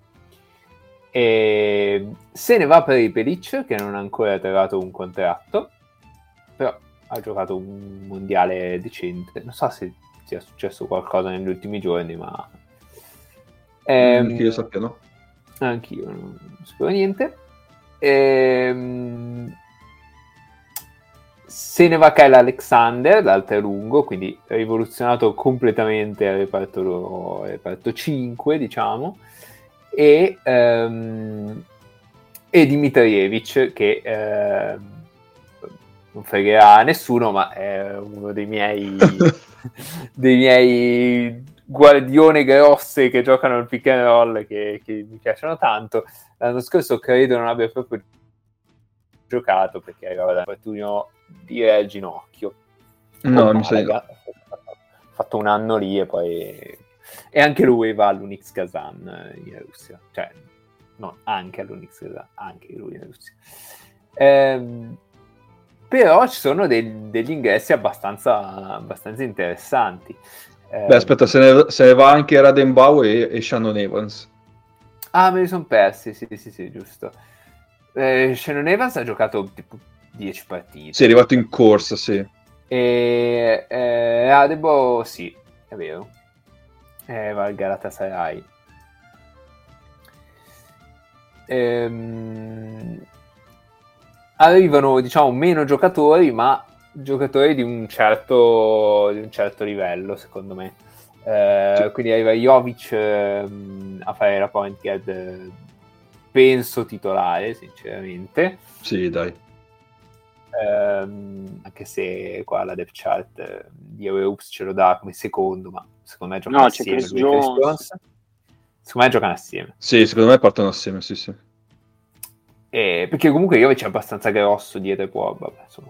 E se ne va per Ipelic, che non ha ancora trovato un contratto, però ha giocato un mondiale decente. Non so se sia successo qualcosa negli ultimi giorni, ma ehm... che io sappia, no? Anch'io non sapevo niente. Ehm... Se ne va Kyle Alexander, l'altro lungo, quindi rivoluzionato completamente al reparto, al reparto cinque, diciamo, e, um, e Dimitrijevic, che uh, non fregherà a nessuno, ma è uno dei miei dei miei guardione grosse che giocano al pick and roll che, che mi piacciono tanto. L'anno scorso credo non abbia proprio giocato perché aveva l'infortunio di al ginocchio. No, mi sa ha fatto un anno lì e poi e anche lui va all'Unix Kazan in Russia, cioè non anche all'Unix Kazan, anche lui in Russia. Ehm, però ci sono dei, degli ingressi abbastanza, abbastanza interessanti. Beh, aspetta, se ne, se ne va anche Radenbauer e, e Shannon Evans. Ah, me li sono persi, sì, sì, sì, giusto. Eh, Shannon Evans ha giocato tipo dieci partite. Sì, è arrivato in corsa, sì. E eh, Adebo, sì, è vero. Eh, va al Galatasaray. Ehm, arrivano, diciamo, meno giocatori, ma giocatori di un certo, di un certo livello, secondo me. Eh, sì. Quindi arriva Jovic eh, a fare la point guard, penso titolare, sinceramente. Sì, dai. Eh, anche se qua la depth chart di Euroops ce lo dà come secondo, ma secondo me giocano no, assieme. C'è Chris Jones. Secondo me giocano assieme. Sì, secondo me partono assieme, sì, sì. Eh, perché comunque Jovic è abbastanza grosso dietro e può, vabbè, insomma.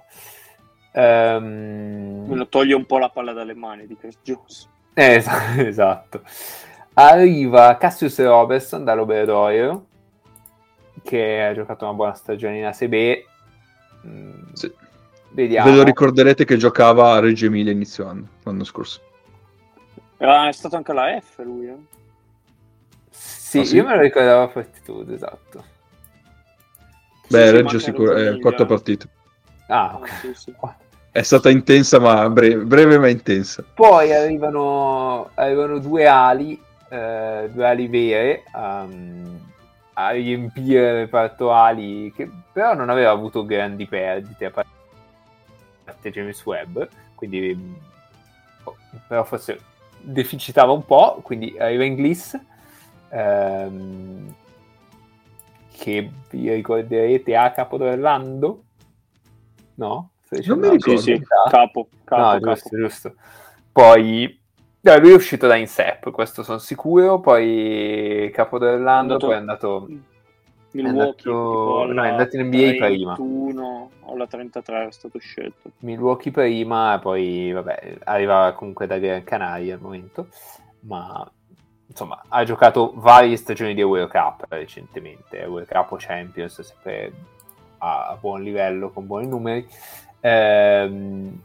Um... Me lo toglie un po' la palla dalle mani di Chris Jones. Eh, es- esatto. Arriva Cassius Robertson dall'Obradoiro, che ha giocato una buona stagione in A S B. Mm, sì. Vediamo. Ve lo ricorderete che giocava a Reggio Emilia inizio anno, l'anno scorso. Era stato anche alla F lui, eh? Sì, ah, sì? Io me lo ricordavo a Fortitudo, esatto. Beh, sì, Reggio sicuro, è quarta partita. Ah, ok. Sì, sì. È stata intensa, ma breve, breve ma intensa. Poi arrivano, arrivano due ali, eh, due ali vere um, a riempire il reparto ali, che però non aveva avuto grandi perdite a parte James Webb, quindi però forse deficitava un po', quindi arriva Inglis, ehm, che vi ricorderete a Capodorlando? No? Non mi ricordo. Sì, sì, capo, capo, no, capo. giusto, giusto. Poi no, lui è uscito da Insep, questo sono sicuro, poi Capodorlando, andato... poi è andato Milwaukee, è andato, no, è andato in N B A prima. trentuno o la trentatré è stato scelto. Milwaukee prima, e poi vabbè, arriva comunque da Gran Canaria al momento, ma insomma ha giocato varie stagioni di Eurocup recentemente, Eurocup o Champions, sempre a, a buon livello, con buoni numeri. Ehm,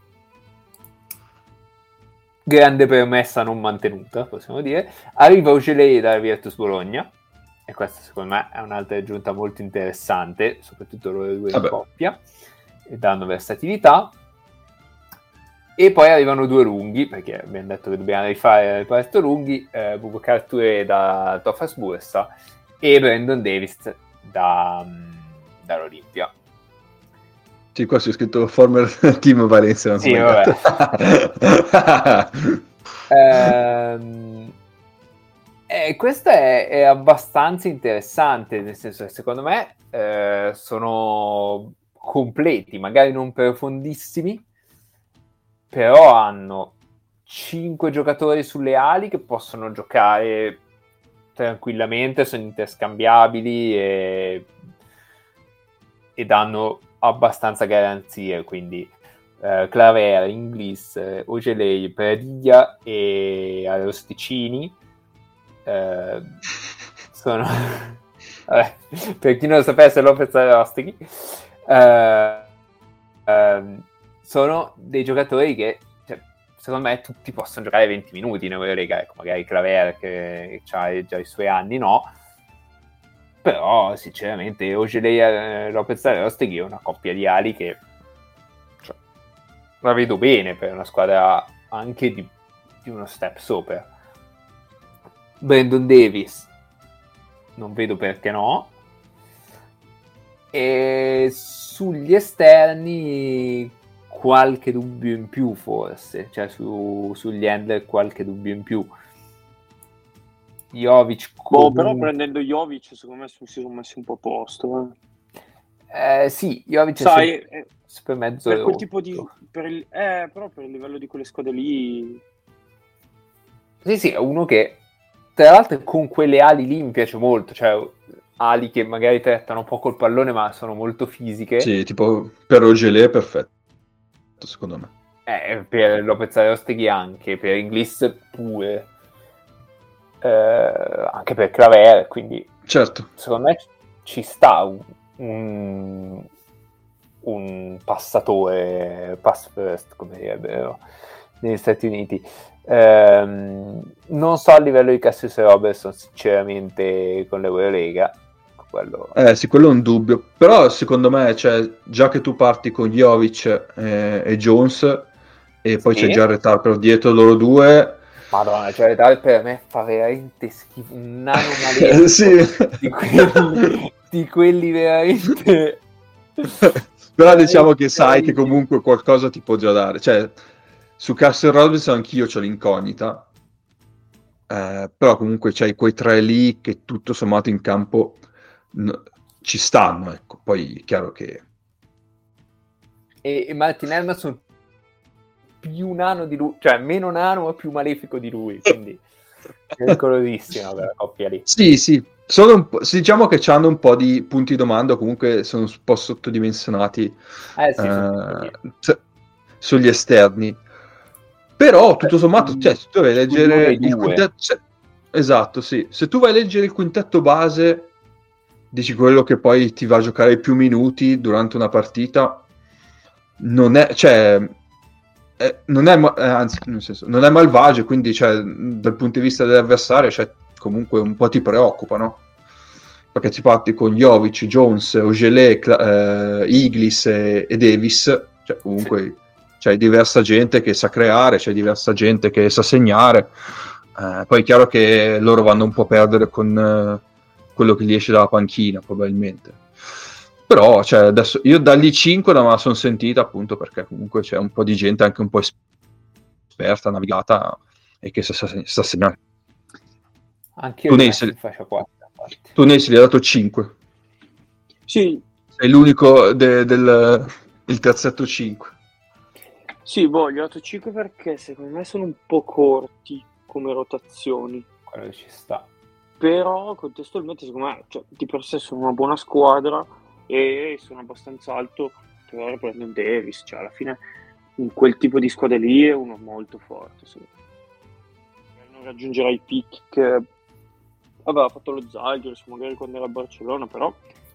grande promessa non mantenuta, possiamo dire. Arriva Ogelei da Virtus Bologna, e questa secondo me è un'altra aggiunta molto interessante, soprattutto loro due in coppia, e danno versatilità. E poi arrivano due lunghi, perché abbiamo detto che dobbiamo rifare il reparto lunghi, eh, Boubacar Touré da Tofas Bursa e Brandon Davis da, dall'Olimpia. Sì, qua c'è scritto former team Valencia. Sì, vabbè. ehm... Eh, questo è, è abbastanza interessante, nel senso che secondo me eh, sono completi, magari non profondissimi, però hanno cinque giocatori sulle ali che possono giocare tranquillamente, sono interscambiabili e, e danno abbastanza garanzie, quindi eh, Claver, Inglis, Ogelei, Pradilla e Arosticini. eh, sono vabbè, per chi non lo sapesse, Lopez Arostegui eh, eh, sono dei giocatori che, cioè, secondo me tutti possono giocare venti minuti in Eurolega, ecco, magari Claver che ha già i suoi anni, no, però sinceramente Ojeley e Lopez Arostegui è una coppia di ali che, cioè, la vedo bene per una squadra anche di, di uno step sopra. Brandon Davis non vedo perché no, e sugli esterni qualche dubbio in più forse, cioè su, sugli handler qualche dubbio in più. Jovic comunque... oh, però prendendo Jovic secondo me si sono messi un po' a posto, eh, eh sì, Jovic sai, è sempre, sempre mezzo per quel tipo di per il, eh, però per il livello di quelle squadre lì sì sì, è uno che tra l'altro con quelle ali lì mi piace molto, cioè ali che magari trattano poco il pallone ma sono molto fisiche. Sì, tipo per Ojeley è perfetto, secondo me. Eh, per Lopez Arostegui anche, per Inglis pure, eh, anche per Claver, quindi certo. Secondo me ci sta un, un, un passatore, pass first, come direbbero negli Stati Uniti. Ehm, non so a livello di Cassius Robertson sinceramente con l'Eurolega, quello... eh sì, quello è un dubbio, però secondo me, cioè, già che tu parti con Jovic eh, e Jones e poi sì. C'è Jared Harper dietro loro due, madonna, Jared Harper per me fa veramente schifo, un nano maledetto sì. di, quelli, di quelli veramente però diciamo che sai che comunque qualcosa ti può già dare, cioè su Cassius Robinson anch'io c'ho l'incognita, eh, però comunque c'hai quei tre lì che tutto sommato in campo no, ci stanno, ecco. Poi è chiaro che e, e Martin Emerson più nano di lui, cioè meno nano ma più malefico di lui, quindi pericolosissima quella coppia lì. Sì, sì, sono un po', diciamo che hanno un po' di punti di domanda, comunque sono un po' sottodimensionati eh, sì, eh, s- sugli esterni. Però tutto sommato, cioè, se tu vai a leggere il quintetto, se, esatto, sì, se tu vai a leggere il quintetto base, dici quello che poi ti va a giocare più minuti durante una partita, non è, cioè, è, non è, eh, anzi, nel senso, non è malvagio, quindi, cioè, dal punto di vista dell'avversario, cioè, comunque un po' ti preoccupa, no? Perché ti parti con Jovic, Jones, Ojeley, Cla- eh, Iglis e, e Davis, cioè, comunque... Sì. C'è diversa gente che sa creare, c'è diversa gente che sa segnare, eh, poi è chiaro che loro vanno un po' a perdere con eh, quello che gli esce dalla panchina probabilmente, però cioè, adesso io dagli cinque non me la sono sentita appunto perché comunque c'è un po' di gente anche un po' esperta, navigata e che sa, sa, sa segnare. Anche io tu li faccio quattro. Tu ne gli hai dato cinque. Sì. Sei l'unico de, del il terzetto cinque. Sì, boh, gli ho dato cinque perché secondo me sono un po' corti come rotazioni. Quello ci sta. Però contestualmente secondo me, cioè, di per sé sono una buona squadra e sono abbastanza alto per Brandon Davis. Cioè, alla fine in quel tipo di squadra lì è uno molto forte. Sì. Non raggiungerà i picchi che aveva fatto lo Zalgiris magari quando era a Barcellona, però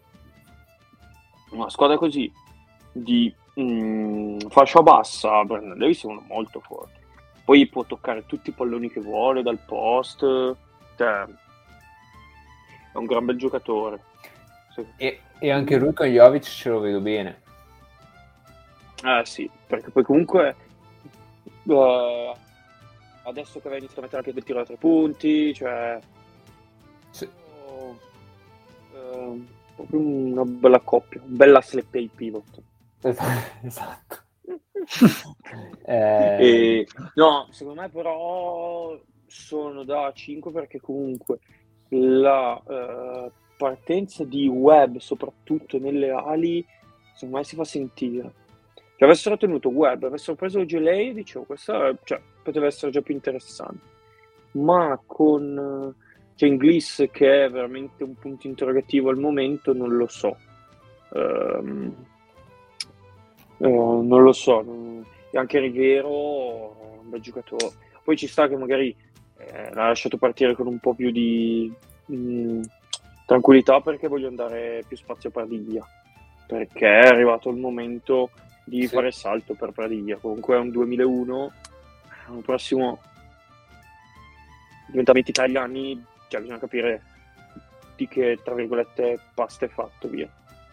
una squadra così di Mm, fascia bassa, Brandon Davis è uno molto forte, poi può toccare tutti i palloni che vuole dal post, cioè è un gran bel giocatore. Sì. E, e anche lui con Jovic ce lo vedo bene. Eh sì, perché poi comunque uh, adesso che aveva iniziato a mettere anche il tiro da tre punti, cioè sì. uh, uh, proprio una bella coppia, un bella slap play pivot. Esatto. eh... e, no, secondo me però sono da cinque perché comunque la uh, partenza di Webb soprattutto nelle ali secondo me si fa sentire. Se avessero tenuto Webb, avessero preso Ojeley, dicevo questa cioè, poteva essere già più interessante, ma con cioè, Inglis che è veramente un punto interrogativo al momento non lo so. um, Uh, non lo so, non... e anche Rivero è un bel giocatore. Poi ci sta che magari eh, l'ha lasciato partire con un po' più di mh, tranquillità, perché voglio dare più spazio a Pradiglia, perché è arrivato il momento di sì. fare il salto per Pradiglia. Comunque è un duemilauno, l'anno prossimo diventa ventitré anni, cioè bisogna capire di che, tra virgolette, pasta è fatto, via.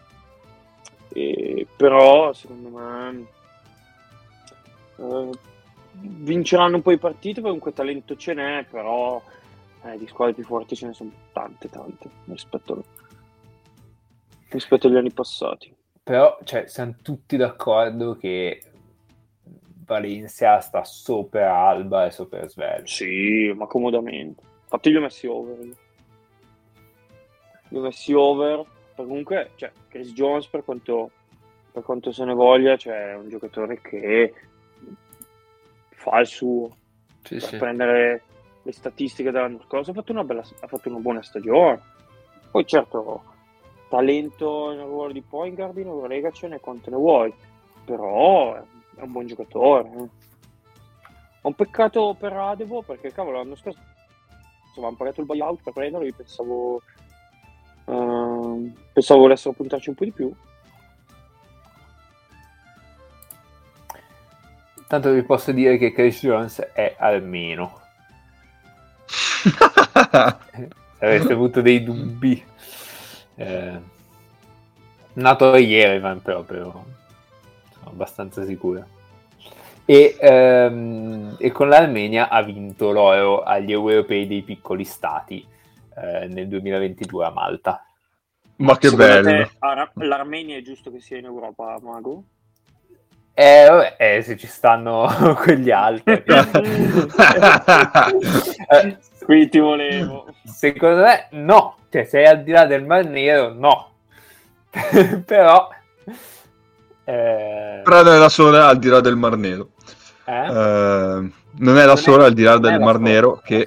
E, però secondo me eh, vinceranno un po' i partiti, comunque talento ce n'è, però eh, di squadre più forti ce ne sono tante tante rispetto, rispetto agli anni passati. Però cioè, siamo tutti d'accordo che Valencia sta sopra Alba e sopra Svel. Sì, ma comodamente. Infatti li ho messi over. Li ho messi over. Comunque, cioè, Chris Jones, per quanto, per quanto se ne voglia, cioè, è un giocatore che fa il suo. Sì, per sì. prendere le statistiche dell'anno scorso ha fatto una bella, ha fatto una buona stagione. Poi certo, talento nel ruolo di point guard in Eurolega ce n'è quanto ne vuoi, però è un buon giocatore. Eh. È un peccato per Adebo, perché cavolo l'anno scorso avevamo pagato il buyout per prenderlo, io pensavo uh, pensavo volessero puntarci un po' di più. Tanto vi posso dire che Chris Jones è almeno. Se aveste avuto dei dubbi, eh, nato ieri, ma proprio sono abbastanza sicuro. E, ehm, e con l'Armenia ha vinto l'oro agli europei dei piccoli stati eh, nel duemilaventidue a Malta. Ma che Secondo bello! Te, l'Armenia è giusto che sia in Europa, Mago? Eh, vabbè, eh, se ci stanno quegli altri. eh, qui ti volevo. Secondo me no, cioè sei al di là del Mar Nero, no. Però eh... però non è la sola al di là del Mar Nero. Eh? Eh, non è la sola al di là del Mar Nero che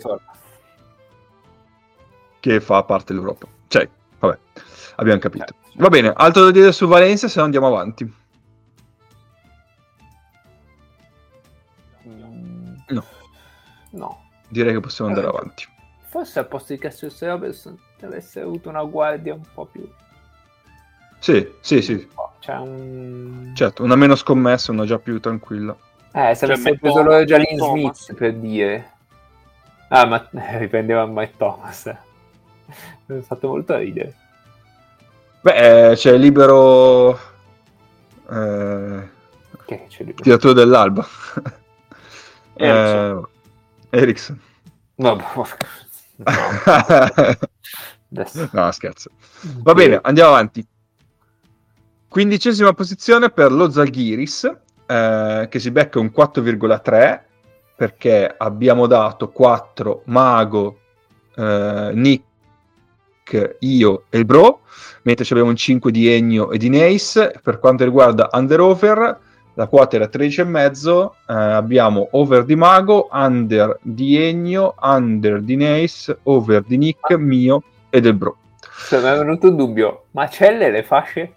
che fa parte dell'Europa. Cioè, vabbè, abbiamo capito. Eh, Va bene, altro da dire su Valencia, se no andiamo avanti. No. No. Direi che possiamo andare eh, avanti. Forse al posto di Cassius Robertson deve essere avuto una guardia un po' più... Sì, sì, sì. C'è un... Certo, una meno scommessa, una già più tranquilla. Eh, se avesse cioè, preso loro Jalen Smith, per dire. Ah, ma riprendeva Mike Thomas. Mi ha fatto molto ridere. Beh, c'è il libero... Eh... Che c'è libero? Tiratore dell'Alba. Ericsson. Eh, Ericsson. No, no. Adesso. No, scherzo. Va bene, andiamo avanti. Quindicesima posizione per lo Zalgiris, eh, che si becca un quattro virgola tre, perché abbiamo dato quattro Mago, eh, Nick, io e il Bro, mentre abbiamo un cinque di Ennio e di Neis. Per quanto riguarda under-over, la quota era tredici e mezzo, eh, abbiamo over di Mago, under di Ennio, under di Neis, over di Nick, mio e del Bro. Se mi è venuto un dubbio, ma c'è le fasce?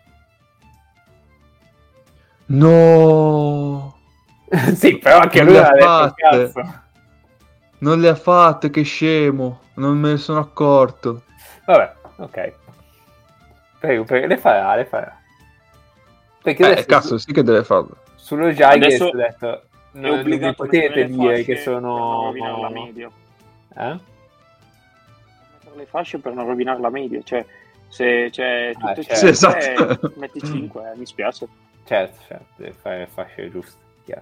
No! Sì, però anche non lui le ha detto fatte. Cazzo. Non le ha fatte, che scemo. Non me ne sono accorto. Vabbè, ok. Prego, prego, le farà, le farà. Perché eh, cazzo, sì che deve farlo. Sullo Jaguars ho detto, non, non mi potete dire che sono... Per non rovinare la media. Eh? Mettere le fasce per non rovinare la media, cioè... Se c'è ah, tutte certo. sì, esatto. eh, metti cinque, eh, mi spiace. Certo, certo, deve fare le fasce giuste, chiaro.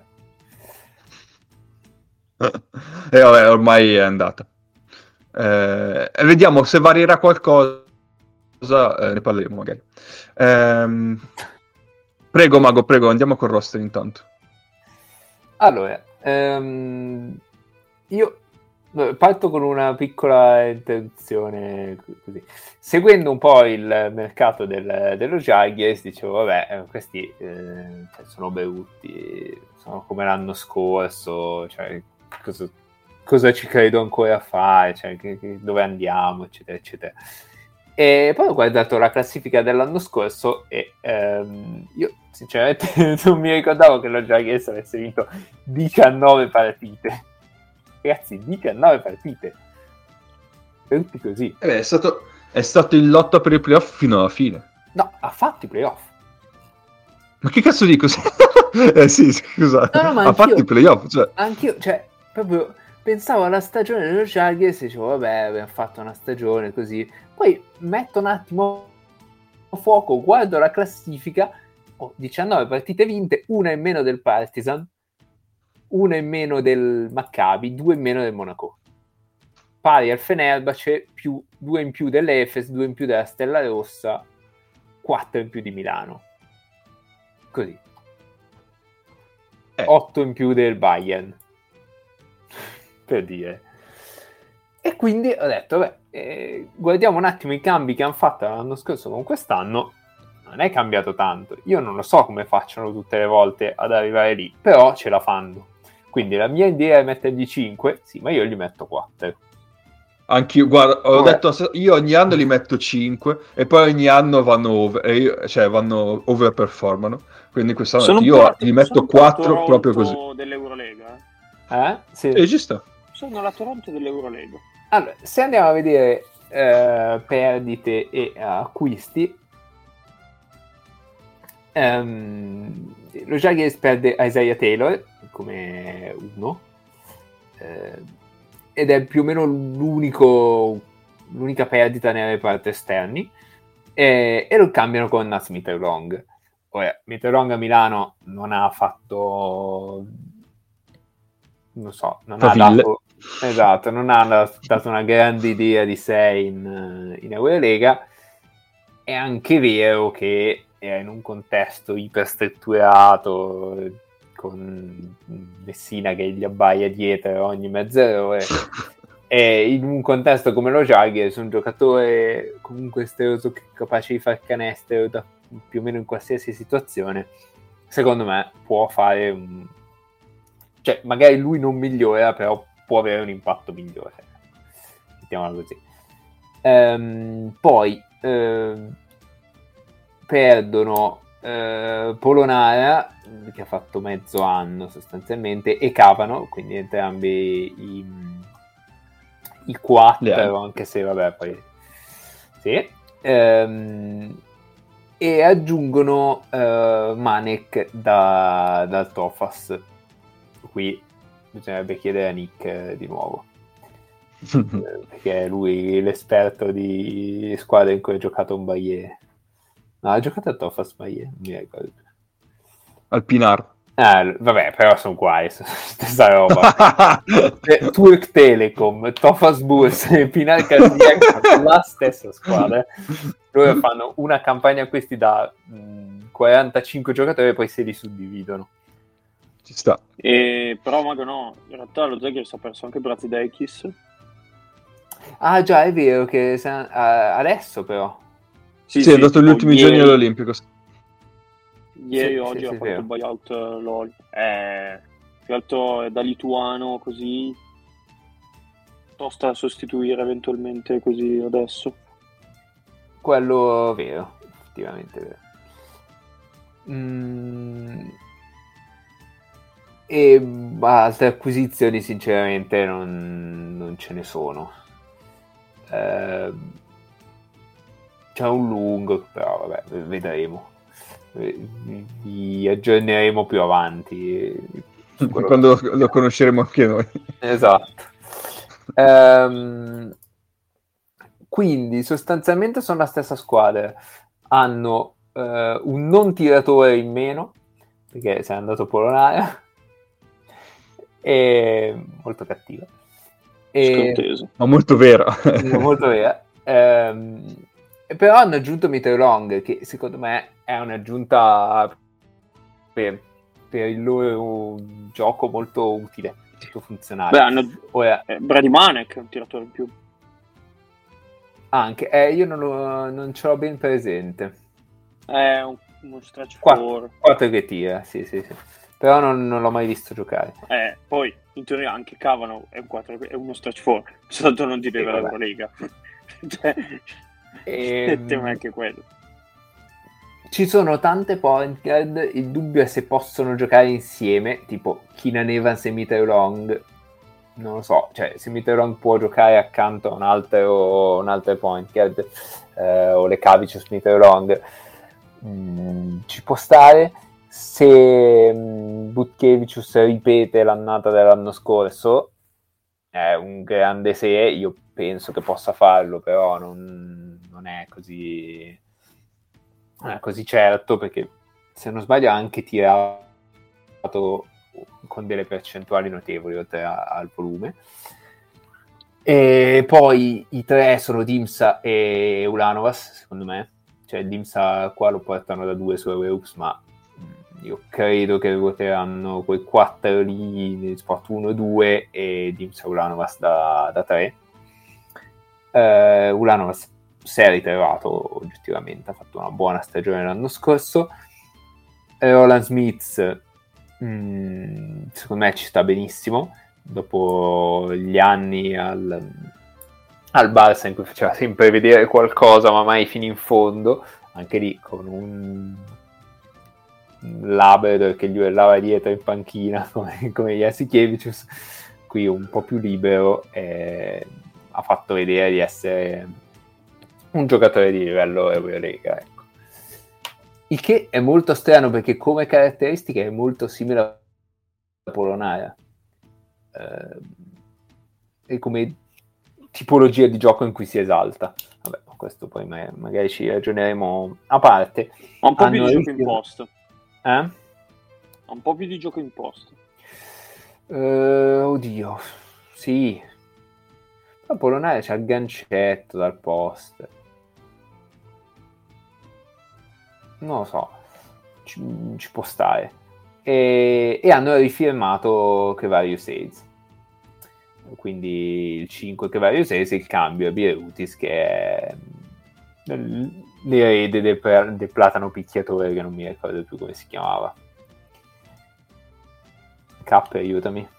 E vabbè, ormai è andata. Eh, vediamo se varierà qualcosa, eh, ne parleremo magari. Eh, prego, Mago, prego, andiamo col roster intanto. Allora, ehm, io parto con una piccola introduzione così. Seguendo un po' il mercato del, dello Jaguars, dicevo vabbè, questi eh, sono brutti, sono come l'anno scorso, cioè cosa, cosa ci credo ancora a fare, cioè, che, che, dove andiamo, eccetera, eccetera. E poi ho guardato la classifica dell'anno scorso e ehm, io sinceramente non mi ricordavo che lo Jaguars avesse vinto diciannove partite. ragazzi, diciannove partite, per tutti così. Eh beh, è stato, è stato in lotta per i playoff fino alla fine. No, ha fatto i playoff. Ma che cazzo dico? eh sì, scusa, no, no, ma ha fatto i playoff, cioè. Anch'io, cioè, proprio pensavo alla stagione dello Chargers e dicevo, vabbè, abbiamo fatto una stagione così. Poi metto un attimo a fuoco, guardo la classifica, ho diciannove partite vinte, una in meno del Partizan, una in meno del Maccabi, due in meno del Monaco. Pari al Fenerbahce, più due in più dell'Efes, due in più della Stella Rossa, quattro in più di Milano. Così. Eh. otto in più del Bayern. Per dire. E quindi ho detto, beh, eh, guardiamo un attimo i cambi che hanno fatto l'anno scorso con quest'anno. Non è cambiato tanto. Io non lo so come facciano tutte le volte ad arrivare lì, però ce la fanno. Quindi la mia idea è mettergli cinque, sì, ma io gli metto quattro. Anch'io, guarda, ho Vabbè. detto, io ogni anno li metto cinque e poi ogni anno vanno over, e io, cioè vanno overperformano. Quindi quest'anno Sono io porto, li metto quattro proprio così. Dell'Eurolega. Eh? Sì. E ci sta. Sono la Toronto dell'Eurolega. Allora, se andiamo a vedere eh, perdite e acquisti, um, lo Jaguars perde Isaiah Taylor come uno, eh, ed è più o meno l'unico, l'unica perdita nei reparti esterni, eh, e lo cambiano con Nats Mitterlong. Ora, Mitterlong a Milano non ha fatto, non so, non Faville. ha dato, esatto, non ha dato una grande idea di sé in, in Eurolega. È anche vero che è in un contesto iperstrutturato, con Messina che gli abbaia dietro ogni mezz'ora, e in un contesto come lo Jaguars, un giocatore comunque esteroso, capace di far canestro da più o meno in qualsiasi situazione, secondo me può fare un... cioè magari lui non migliora, però può avere un impatto migliore, mettiamola così. Ehm, poi ehm, perdono eh, Polonara, che ha fatto mezzo anno sostanzialmente, e Cavano, quindi entrambi i, i quattro, anche se vabbè poi sì. Ehm, e aggiungono uh, Manek da, dal Tofas. Qui bisognerebbe chiedere a Nick eh, di nuovo, eh, perché è lui l'esperto di squadre in cui ha giocato un Bayer. No, ha giocato a Tofas Bayer, non mi ricordo. Al Pinar. Ah, vabbè, però sono qua, stessa roba. Turk Telecom, Tofas Burs e Pinar Cardiac, la stessa squadra. Loro fanno una campagna acquisti da mh, quarantacinque giocatori e poi se li suddividono. Ci sta. E, però Mago no, in realtà lo Jaguars ha perso anche Brazideikis. Ah già, è vero che se, uh, adesso però. Sì, sì, è andato gli ultimi ieri, giorni all'Olimpico. Ieri sì, oggi sì, ha sì, fatto il buyout uh, LOL. È, più alto è da lituano, così tosta a sostituire eventualmente così adesso. Quello vero, effettivamente vero. Mm. E bah, altre acquisizioni sinceramente non, non ce ne sono. Eh, c'è un lungo, però vabbè, vedremo. Vi, vi aggiorneremo più avanti quando che... lo conosceremo anche noi. Esatto. Ehm, quindi sostanzialmente sono la stessa squadra, hanno eh, un non tiratore in meno perché si è andato Polonara, è molto cattiva e... ma molto vera. Molto vera. Ehm, però hanno aggiunto Mitterlong, che secondo me è un'aggiunta per, per il loro gioco molto utile, molto funzionale. Beh, hanno... Ora, eh, Brady Manek è un tiratore in più. Anche, eh, io non, lo, non ce l'ho ben presente. È un, uno stretch four. quattro che tira, sì, sì, sì. Però non, non l'ho mai visto giocare. Eh, poi, in teoria, anche Cavano è, un quattro, è uno stretch four. Soltanto non ti deve l'Eurolega. Cioè, e... il tema è anche quello. Ci sono tante point guard, il dubbio è se possono giocare insieme, tipo Keenan Evans e Mitterlong. non lo so, cioè se Mitterrand può giocare accanto a un altro, un altro point guard, eh, o le Cavicius Mitterrand, mh, ci può stare. Se mh, Butkevicius ripete l'annata dell'anno scorso, è un grande se, io penso che possa farlo, però non, non è così non è così certo, perché se non sbaglio ha anche tirato con delle percentuali notevoli oltre a, al volume. E poi i tre sono Dimsa e Ulanovas, secondo me, cioè Dimsa qua lo portano da due su Euroops, ma io credo che ruoteranno quei quattro lì nel spot uno due e Dimsa Ulanovas da, da tre. uh, Ulanovas si è ritrovato oggettivamente, ha fatto una buona stagione l'anno scorso. Roland Smith mh, secondo me ci sta benissimo dopo gli anni al, al Barça in cui faceva sempre vedere qualcosa ma mai fino in fondo, anche lì con un Labrador che gli urlava dietro in panchina come, come Jasikevicius, qui un po' più libero, e ha fatto vedere di essere un giocatore di livello Eurolega, ecco. Il che è molto strano perché come caratteristiche è molto simile a Polonara, eh, e come tipologia di gioco in cui si esalta. Vabbè, questo poi ma- magari ci ragioneremo a parte. Ha un po' Hanno più di gioco rischio... imposto. Eh? Ha un po' più di gioco imposto. Uh, oddio, sì. Ma Polonara c'ha il gancetto dal post. Non lo so, ci, ci può stare. E, e hanno rifirmato Kevarius Hayes. Quindi il cinque Kevarius Hayes e il cambio a Bierutis, che è l'erede del, del platano picchiatore, che non mi ricordo più come si chiamava. K, aiutami.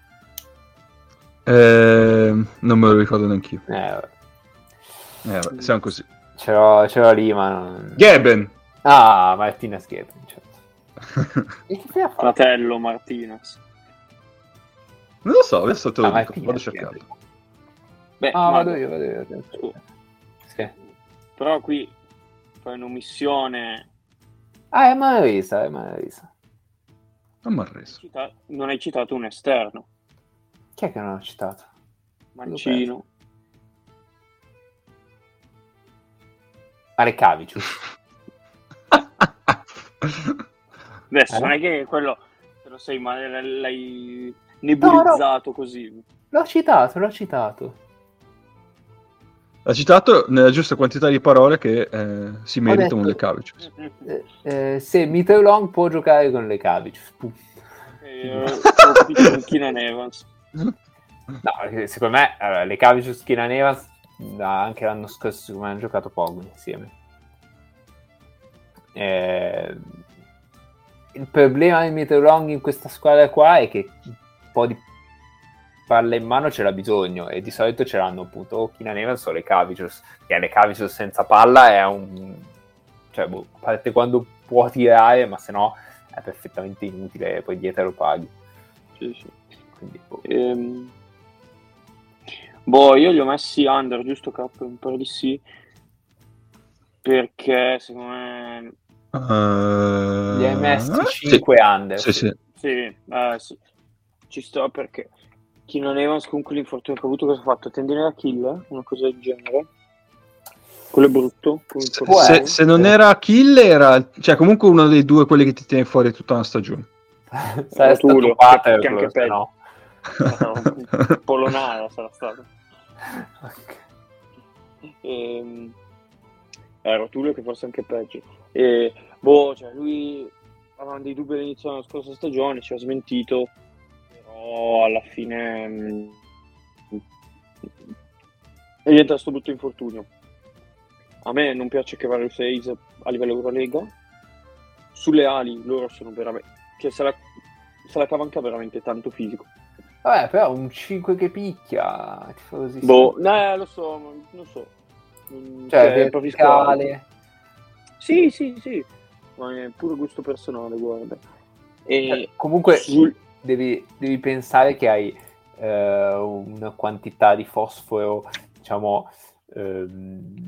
Eh, non me lo ricordo neanch'io. Eh, vabbè. Eh, vabbè, siamo così. Ce l'ho, ce l'ho lì, ma non... Geben! Ah, Martinez Geben, certo. E chi te ha fatto? Fratello Martinez. Non lo so, adesso te lo Ah, dico, vado a cercarlo. Beh, Ah, ma- vado io, vado io. Oh. Sì. Però qui fai un'omissione. Ah, è Marisa, è Marisa. Non mi ha reso. Cita- non hai citato un esterno. Chi è che non ho citato? Mancino. Arekavicius. Adesso Eh? non è che quello te lo sei, ma l'hai nebulizzato No, no. così. L'ho citato, l'ho citato. Ha citato nella giusta quantità di parole che eh, si meritano detto- le Cavicius. Eh, eh, se Mitterrand può giocare con le Cavicius. Eh, ho capito con Keenan Evans. No, perché secondo me allora, le Cavicius Keenan Evans anche l'anno scorso secondo me hanno giocato poco insieme. Eh, il problema di Mitterrand in questa squadra qua è che un po' di palla in mano ce l'ha bisogno, e di solito ce l'hanno appunto o Keenan Evans o le Cavicius, che le Cavicius senza palla è un, cioè boh, a parte quando può tirare, ma se no è perfettamente inutile, poi dietro lo paghi. Sì, sì. Quindi, boh. Ehm, boh, io li ho messi under, giusto Cap? Un po' di sì, perché secondo me Uh, Gli hai messi sì. cinque under. Sì, sì. sì, eh, sì. Ci sto, perché Keenan Evans comunque l'infortunio che ha avuto, cosa ha fatto? Tendine d'Achille? Una cosa del genere? Quello è brutto. Se, se, se non era Achille, era cioè comunque uno dei due quelli che ti tiene fuori tutta una stagione. Sarebbe Tulio, stato che- che Pater, anche se peggio. no. Polonara sarà stato. Ok. Ehm, Era Tulio che forse anche peggio. E, boh, cioè lui aveva dei dubbi all'inizio della scorsa stagione, ci ha smentito, però alla fine mh, è diventato sto brutto infortunio. A me non piace che Varius Hayes a livello Eurolega. Sulle ali loro sono veramente, cioè se la, se la cava anche veramente tanto fisico. Vabbè, però un cinque che picchia, tifosi. Boh, no, lo so, ma non so. Mm, Cioè, preferisco verticale. altro. Sì, sì, sì, ma è pure gusto personale, guarda. E Eh, comunque sul- devi, devi pensare che hai eh, una quantità di fosforo, diciamo, ehm,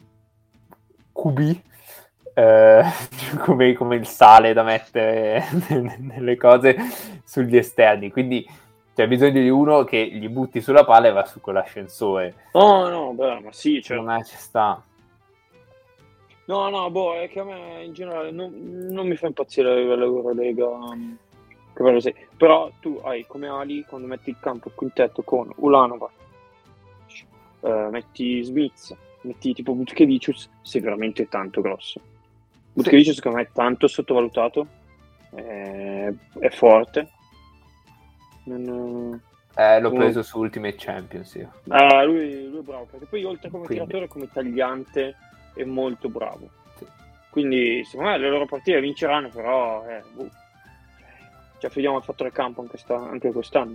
cubi, eh, come, come il sale da mettere nelle cose sugli esterni, quindi c'è bisogno di uno che gli butti sulla palla e va su con l'ascensore. Oh no, beh, ma sì, cioè... secondo me ci sta. No, no, boh, è che a me in generale non, non mi fa impazzire a livello Eurolega. Che bello sei. Però tu hai come ali, quando metti il campo il quintetto con Ulanova, eh, metti Smith, metti tipo Butkevičius, sei veramente tanto grosso. Butkevičius secondo me è tanto sottovalutato, è, è forte. Non... Eh, l'ho preso uh. su Ultimate Champions io. Ah, lui, lui è bravo, perché poi oltre come Quindi. tiratore, come tagliante è molto bravo. Sì. Quindi secondo me le loro partite vinceranno, però eh, boh. Ci affidiamo al fattore campo anche, sta, anche quest'anno.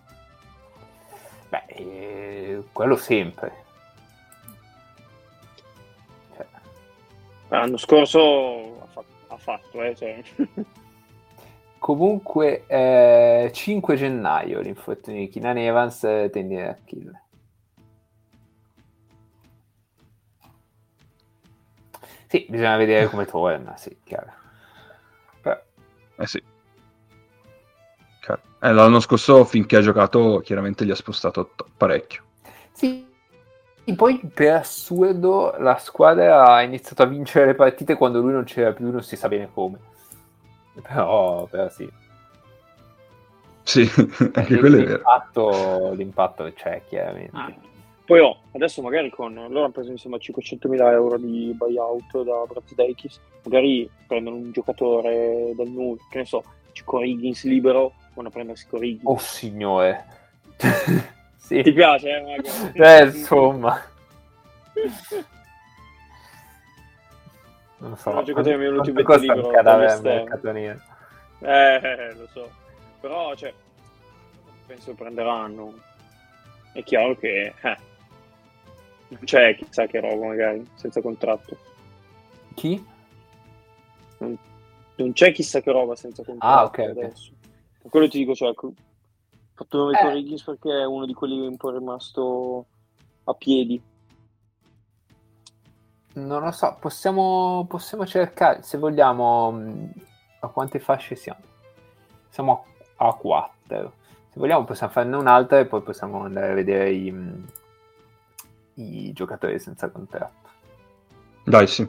Beh, eh, quello sempre. Cioè. L'anno scorso ha fatto, ha fatto eh, cioè. Comunque eh, cinque gennaio l'infortunio di Keenan Evans, tendine d'Achille. Sì, bisogna vedere come torna, sì, chiaro. Però... Eh sì. Eh, l'anno scorso finché ha giocato chiaramente gli ha spostato t- parecchio. Sì, e poi per assurdo la squadra ha iniziato a vincere le partite quando lui non c'era più, non si sa bene come. Però, però sì. Sì, anche quello è vero. L'impatto, l'impatto c'è chiaramente. Ah. Poi oh, adesso magari con loro hanno preso insomma cinquecentomila euro di buyout da Brazdeikis, magari prendono un giocatore dal nulla, che ne so, c'è Higgins libero, vanno a prendersi Higgins. Oh signore. Sì. Ti piace, eh, Mago? Eh, insomma. Non so. Un giocatore mio l'ultimo costa libero un cadavere eh, lo so. Però, cioè, penso prenderanno. È chiaro che eh, non c'è chissà che roba, magari, senza contratto. Chi? Non, non c'è chissà che roba senza contratto. Ah, ok, adesso. Per quello ti dico, cioè, ho fatto nome eh. con Higgins perché è uno di quelli un po' rimasto a piedi. Non lo so, possiamo, possiamo cercare, se vogliamo, a quante fasce siamo? Siamo a, a quattro. Se vogliamo possiamo farne un'altra e poi possiamo andare a vedere i, i giocatori senza contratto. Dai, sì.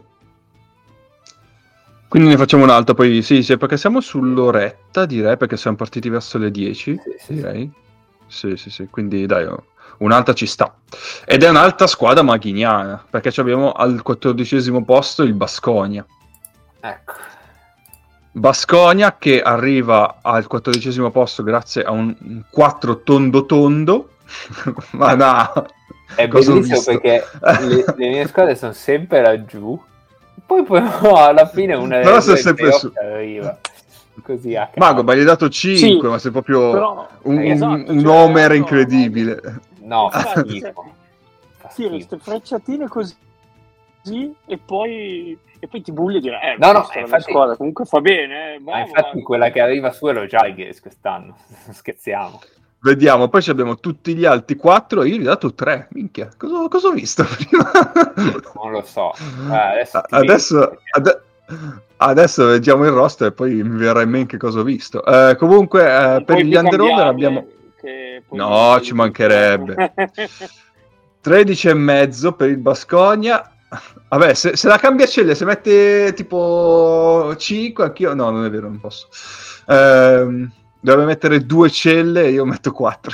Quindi ne facciamo un'altra, poi sì, sì, perché siamo sull'oretta, direi, perché siamo partiti verso le dieci, sì, sì, direi. Sì, sì, sì, quindi dai, un'altra ci sta. Ed è un'altra squadra maghiniana, perché abbiamo al quattordicesimo posto il Baskonia. Ecco. Baskonia che arriva al quattordicesimo posto grazie a un, un quattro tondo tondo. Ma no, è bellissimo perché le, le mie squadre sono sempre laggiù, poi però alla fine una delle no, due sempre su. arriva così a Mago, ma gli hai dato cinque, sì, ma sei proprio però, un, esatto, un, un cioè, Homer no, incredibile. No, fa schifo. Sì, queste frecciatine così e poi e poi ti bulli e dire eh, no, no, è infatti, squadra comunque fa bene, eh, bravo, ma infatti bravo. Quella che arriva su è lo Žalgiris quest'anno. Scherziamo. Vediamo, poi abbiamo tutti gli altri quattro, io gli ho dato tre, minchia, cosa, cosa ho visto prima? Non lo so. Eh, adesso adesso, ade- adesso leggiamo il roster e poi mi verrà in mente cosa ho visto. Eh, comunque, eh, per gli under over abbiamo... No, ci mancherebbe. tredici e mezzo per il Baskonia. Vabbè, se, se la cambia celle, se mette tipo cinque, anch'io... No, non è vero, non posso. Ehm... Deve mettere due celle e io metto quattro.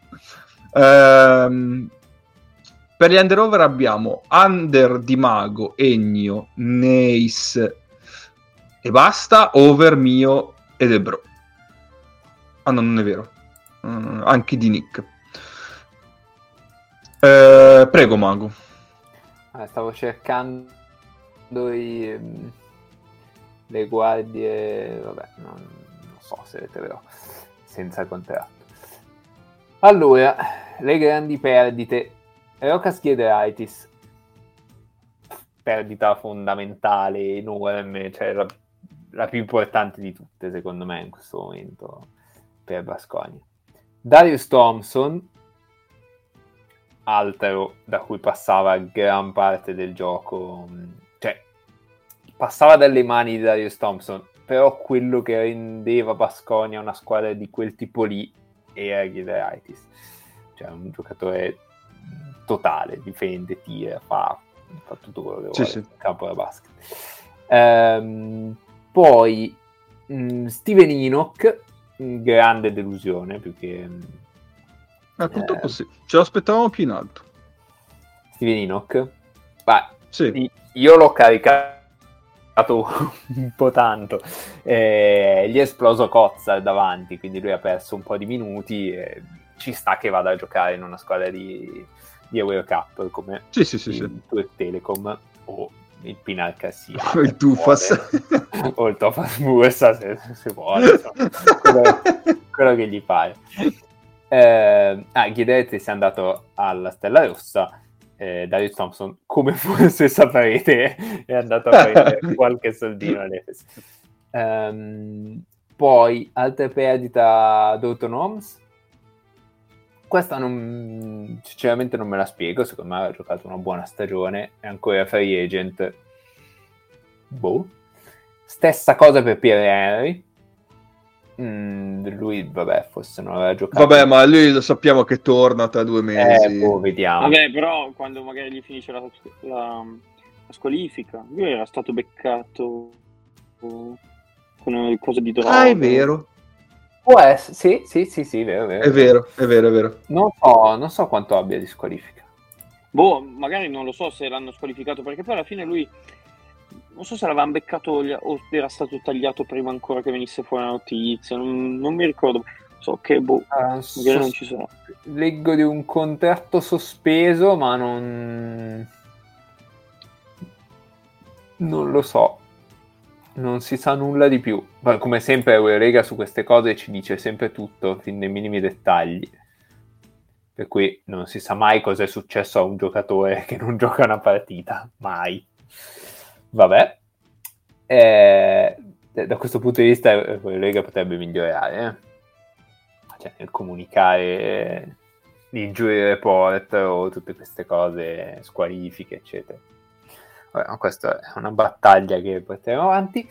ehm, per gli under over abbiamo Under di Mago, Ennio, Neis e basta, over mio e Debro. Ah no, non è vero. Uh, anche di Nick. Eh, prego Mago. Ah, stavo cercando i, le guardie, vabbè, non... so se le troverò senza contratto. Allora, le grandi perdite. Rokas Giedraitis, perdita fondamentale, enorme, cioè la, la più importante di tutte secondo me in questo momento per Baskonia. Darius Thompson, altro da cui passava gran parte del gioco, cioè passava dalle mani di Darius Thompson, però quello che rendeva Baskonia una squadra di quel tipo lì era Giedraitis, cioè un giocatore totale, difende, tira, fa, fa tutto quello che vuole, sì. in campo da basket. Ehm, poi mh, Steven Enoch, grande delusione, più che eh, purtroppo eh, sì, ce l'aspettavamo più in alto. Steven Enoch, beh, sì. io l'ho caricato un po' tanto, eh, gli è esploso Cozza davanti, quindi lui ha perso un po' di minuti, e ci sta che vada a giocare in una squadra di, di Euro Cup come sì, sì, sì, il sì. Turk Telecom o il Pinar Cassia o il Tufas o il Tofas Bursa se, se vuole, insomma, quello, quello che gli pare. eh, ah, Ghiederti si è andato alla Stella Rossa. Eh, Darius Thompson, come forse saprete, è andato a prendere qualche soldino all'Efes. Um, poi altra perdita Dalton Holmes, questa non, sinceramente non me la spiego, secondo me ha giocato una buona stagione, è ancora free agent, boh. Stessa cosa per Pierre Henry. Mm, lui, vabbè, forse non aveva giocato. Vabbè, ma lui lo sappiamo che torna tra due mesi. Eh, boh, vediamo. Vabbè, però quando magari gli finisce la, la, la squalifica, lui era stato beccato con una cosa di droga. Ah, è vero. Può essere, sì, sì, sì, sì, vero, vero. È vero, è vero, è vero. Non so, non so quanto abbia di squalifica. Boh, magari non lo so se l'hanno squalificato, perché poi alla fine lui... non so se l'avevano beccato o era stato tagliato prima ancora che venisse fuori la notizia, non, non mi ricordo. So che boh, uh, sos- non ci sarà. Leggo di un contratto sospeso, ma non non lo so, non si sa nulla di più. Ma come sempre Eurolega su queste cose ci dice sempre tutto fin nei minimi dettagli, per cui non si sa mai cosa è successo a un giocatore che non gioca una partita, mai. Vabbè, eh, da questo punto di vista Eurolega potrebbe migliorare, eh? Cioè nel comunicare l'injury report o tutte queste cose, squalifiche, eccetera. Vabbè, ma questa è una battaglia che porteremo avanti.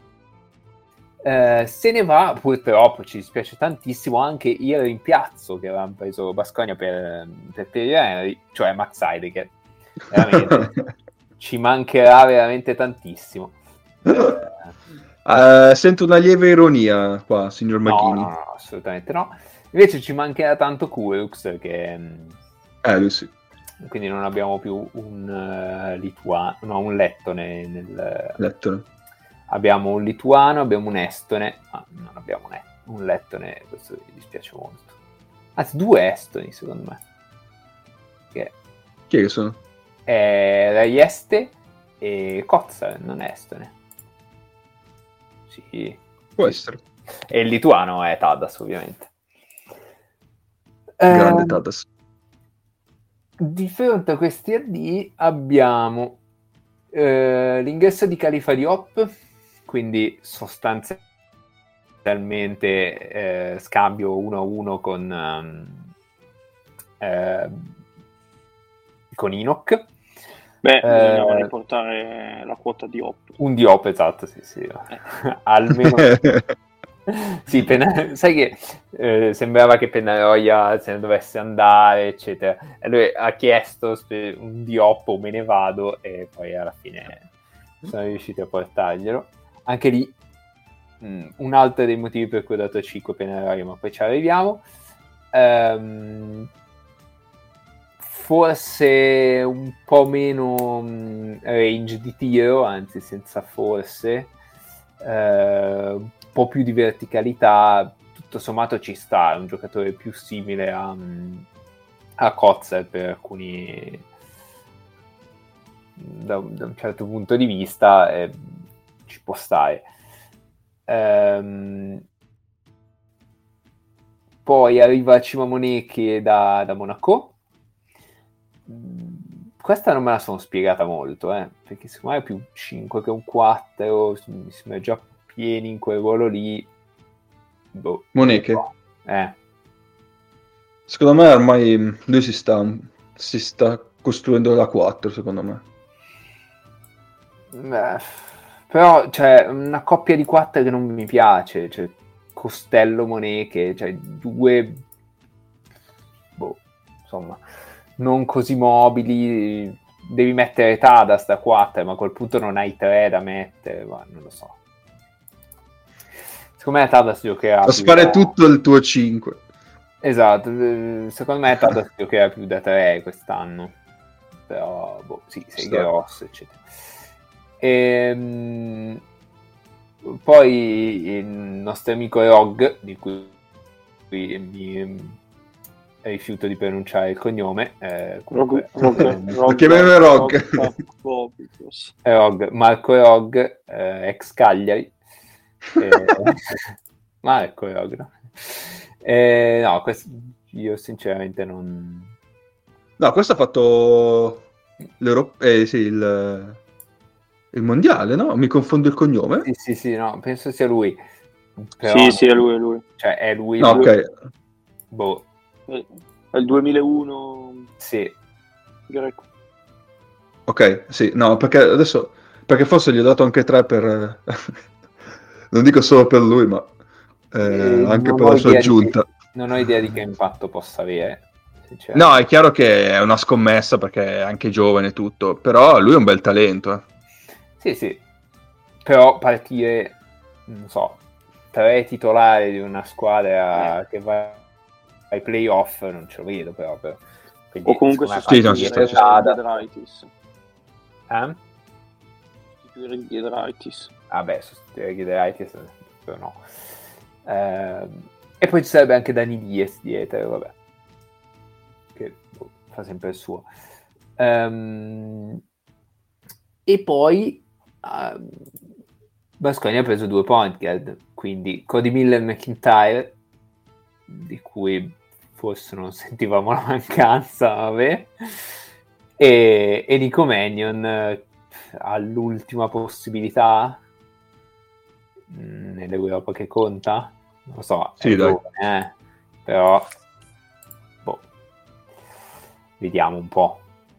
Eh, se ne va, purtroppo ci dispiace tantissimo, anche il rimpiazzo che avevamo preso Baskonia per, per Pierre Henry, cioè Max Heidegger. Veramente ci mancherà veramente tantissimo. Eh, Uh, sento una lieve ironia qua, signor no, Maghini. No, no, assolutamente no. Invece ci mancherà tanto Kurux, che... Eh, lui sì. Quindi non abbiamo più un uh, lituano, no, un lettone nel... Lettone. Abbiamo un lituano, abbiamo un estone, ma non abbiamo un, un lettone, questo mi dispiace molto. Anzi, due estoni, secondo me. Che... Chi è che sono? È Raieste e Kotsar, non è estone. Sì. Può sì. essere. E il lituano è Tadas, ovviamente. Grande eh, Tadas. Di fronte a questi A D abbiamo eh, l'ingresso di Khalifa Diop, quindi sostanzialmente eh, scambio uno a uno con um, eh, con Enoch. Beh, eh, bisogna riportare la quota Diop. Un Diop, esatto, sì, sì. Eh. Almeno... sì, Pen- sai che eh, sembrava che Penaroia se ne dovesse andare, eccetera. E lui ha chiesto un Diop o me ne vado, e poi alla fine sono riusciti a portarglielo. Anche lì mh, un altro dei motivi per cui ho dato cinque Penaroia, ma poi ci arriviamo. Um, forse un po' meno mh, range di tiro, anzi senza forse, uh, un po' più di verticalità, tutto sommato ci sta, è un giocatore più simile a, a Kotsar per alcuni, da, da un certo punto di vista, eh, ci può stare. Um, poi arriva Cima Moneke da, da Monaco. Questa non me la sono spiegata molto, eh, perché secondo me è più cinque che un quattro, mi sembra già pieni in quel ruolo lì. Boh, Moneke. eh. Secondo me ormai lui si sta, si sta costruendo la quattro, secondo me. Beh, però c'è una coppia di quattro che non mi piace, cioè Costello Moneche, cioè due boh, insomma, non così mobili. Devi mettere Tadas da quattro, ma a quel punto non hai tre da mettere, ma non lo so. Secondo me Tadas giocherà a fare tutto il tuo cinque. Esatto, secondo me Tadas giocherà più da tre quest'anno, però boh, sì, sei grosso, eccetera. E, poi il nostro amico Rog, di cui mi rifiuto di pronunciare il cognome, eh, comunque, Rog, Rog, lo chiamiamo Rog. Rog, Marco Rog, eh, ex Cagliari. Eh, Marco Rog, no? Eh, no, questo, io sinceramente non... No, questo ha fatto l'Europa... Eh, sì, il... il mondiale, no? Mi confondo il cognome? Sì, sì, sì, no, penso sia lui. Però, sì, sì, è lui, è lui. Cioè, è lui. No, lui. ok. Boh. È il duemilauno. Sì. Greco. Ok, sì, no, perché adesso... Perché forse gli ho dato anche tre per... non dico solo per lui, ma eh, eh, anche per la sua aggiunta. Che, non ho idea di che impatto possa avere. No, è chiaro che è una scommessa perché è anche giovane e tutto, però lui è un bel talento. Eh. Sì, sì. Però partire, non so, tre titolari di una squadra eh. che va ai playoff non ce lo vedo proprio. Quindi, o comunque sostituire Giedraitis. Eh? Sostituire Giedraitis. Vabbè, sostituire Giedraitis però no. Eh, e poi ci sarebbe anche Dani Diez dietro, vabbè. Che boh, fa sempre il suo. Um, e poi uh, Baskonia ha preso due point guard, quindi Cody Miller McIntyre, di cui forse non sentivamo la mancanza, vabbè, e, e Nico Mannion eh, all'ultima possibilità mh, nell'Europa che conta, non lo so, sì, dai. giovane, eh, però boh, vediamo un po'.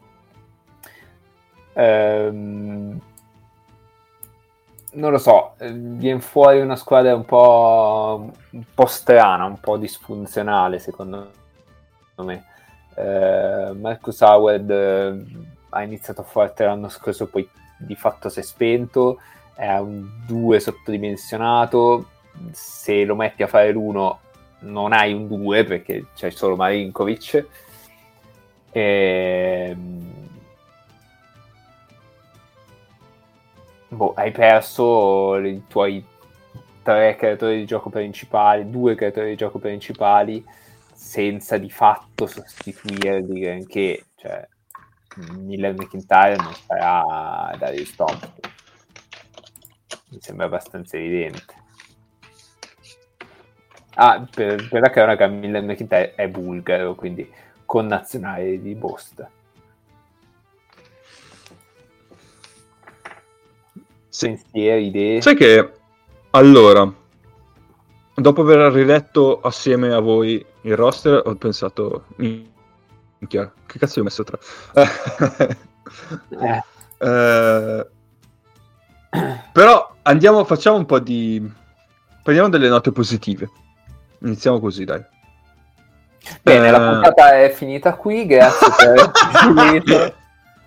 Ehm, non lo so, viene fuori una squadra un po', un po' strana, un po' disfunzionale secondo me. Eh, Marcus Howard eh, ha iniziato forte l'anno scorso, poi di fatto si è spento, è un due sottodimensionato, se lo metti a fare l'uno non hai un due perché c'è solo Marinkovic. E... Boh, hai perso i tuoi tre creatori di gioco principali, due creatori di gioco principali, senza di fatto sostituirli granché. Cioè, Miller McIntyre non sarà da stop. Mi sembra abbastanza evidente. Ah, per, per la cronaca, Miller McIntyre è bulgaro, quindi connazionale di Bost. Pensieri, idee? Sai che allora, dopo aver riletto assieme a voi il roster, ho pensato, minchia, che cazzo ho messo tre? eh. eh, però andiamo, facciamo un po' di, prendiamo delle note positive. Iniziamo così, dai. Bene, eh... la puntata è finita qui, grazie per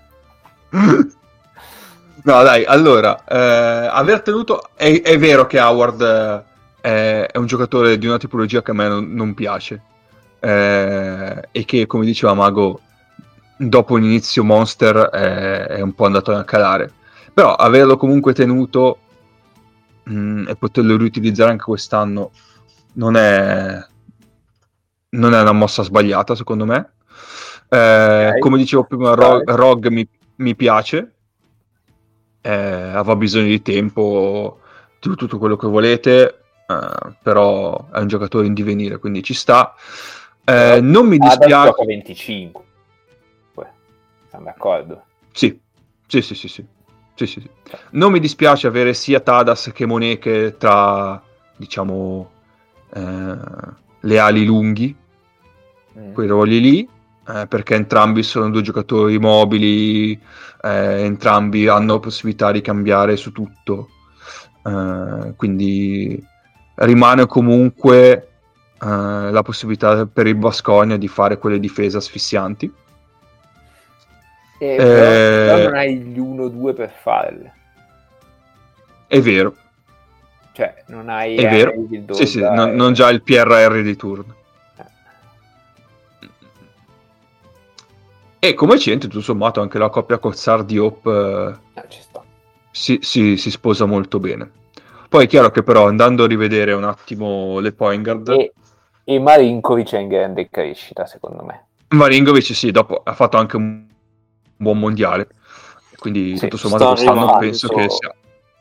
No, dai, allora, eh, aver tenuto... È, è vero che Howard eh, è un giocatore di una tipologia che a me non, non piace eh, e che, come diceva Mago, dopo un inizio monster è, è un po' andato a calare. Però averlo comunque tenuto mh, e poterlo riutilizzare anche quest'anno non è, non è una mossa sbagliata, secondo me. Eh, okay. Come dicevo prima, Rog, Rog mi, mi piace. Eh, aveva bisogno di tempo, tutto, tutto quello che volete, eh, però è un giocatore in divenire, quindi ci sta. Eh, non mi dispiace. Gioca venticinque. Siamo d'accordo? Sì, sì, sì, sì, sì. sì, sì, sì. Non mi dispiace avere sia Tadas che Moneche tra, diciamo, eh, le ali lunghi. mm. quei ruoli lì, eh, perché entrambi sono due giocatori mobili, eh, entrambi hanno la possibilità di cambiare su tutto, eh, quindi rimane comunque eh, la possibilità per il Baskonia di fare quelle difese asfissianti. Eh, però, eh, però non hai gli uno due per farle. È vero. Cioè, non hai... È vero. Sì, sì, non, non già il P R R di turno. Eh. E come c'entra, tutto sommato, anche la coppia Cozzar-Diop eh, ah, ci sta. Si, si, si sposa molto bene. Poi è chiaro che però, andando a rivedere un attimo le point guard... E, e Marinkovic è in grande crescita, secondo me. Marinkovic, sì, dopo ha fatto anche un buon mondiale. Quindi, sì, tutto sommato, quest'anno penso che sia...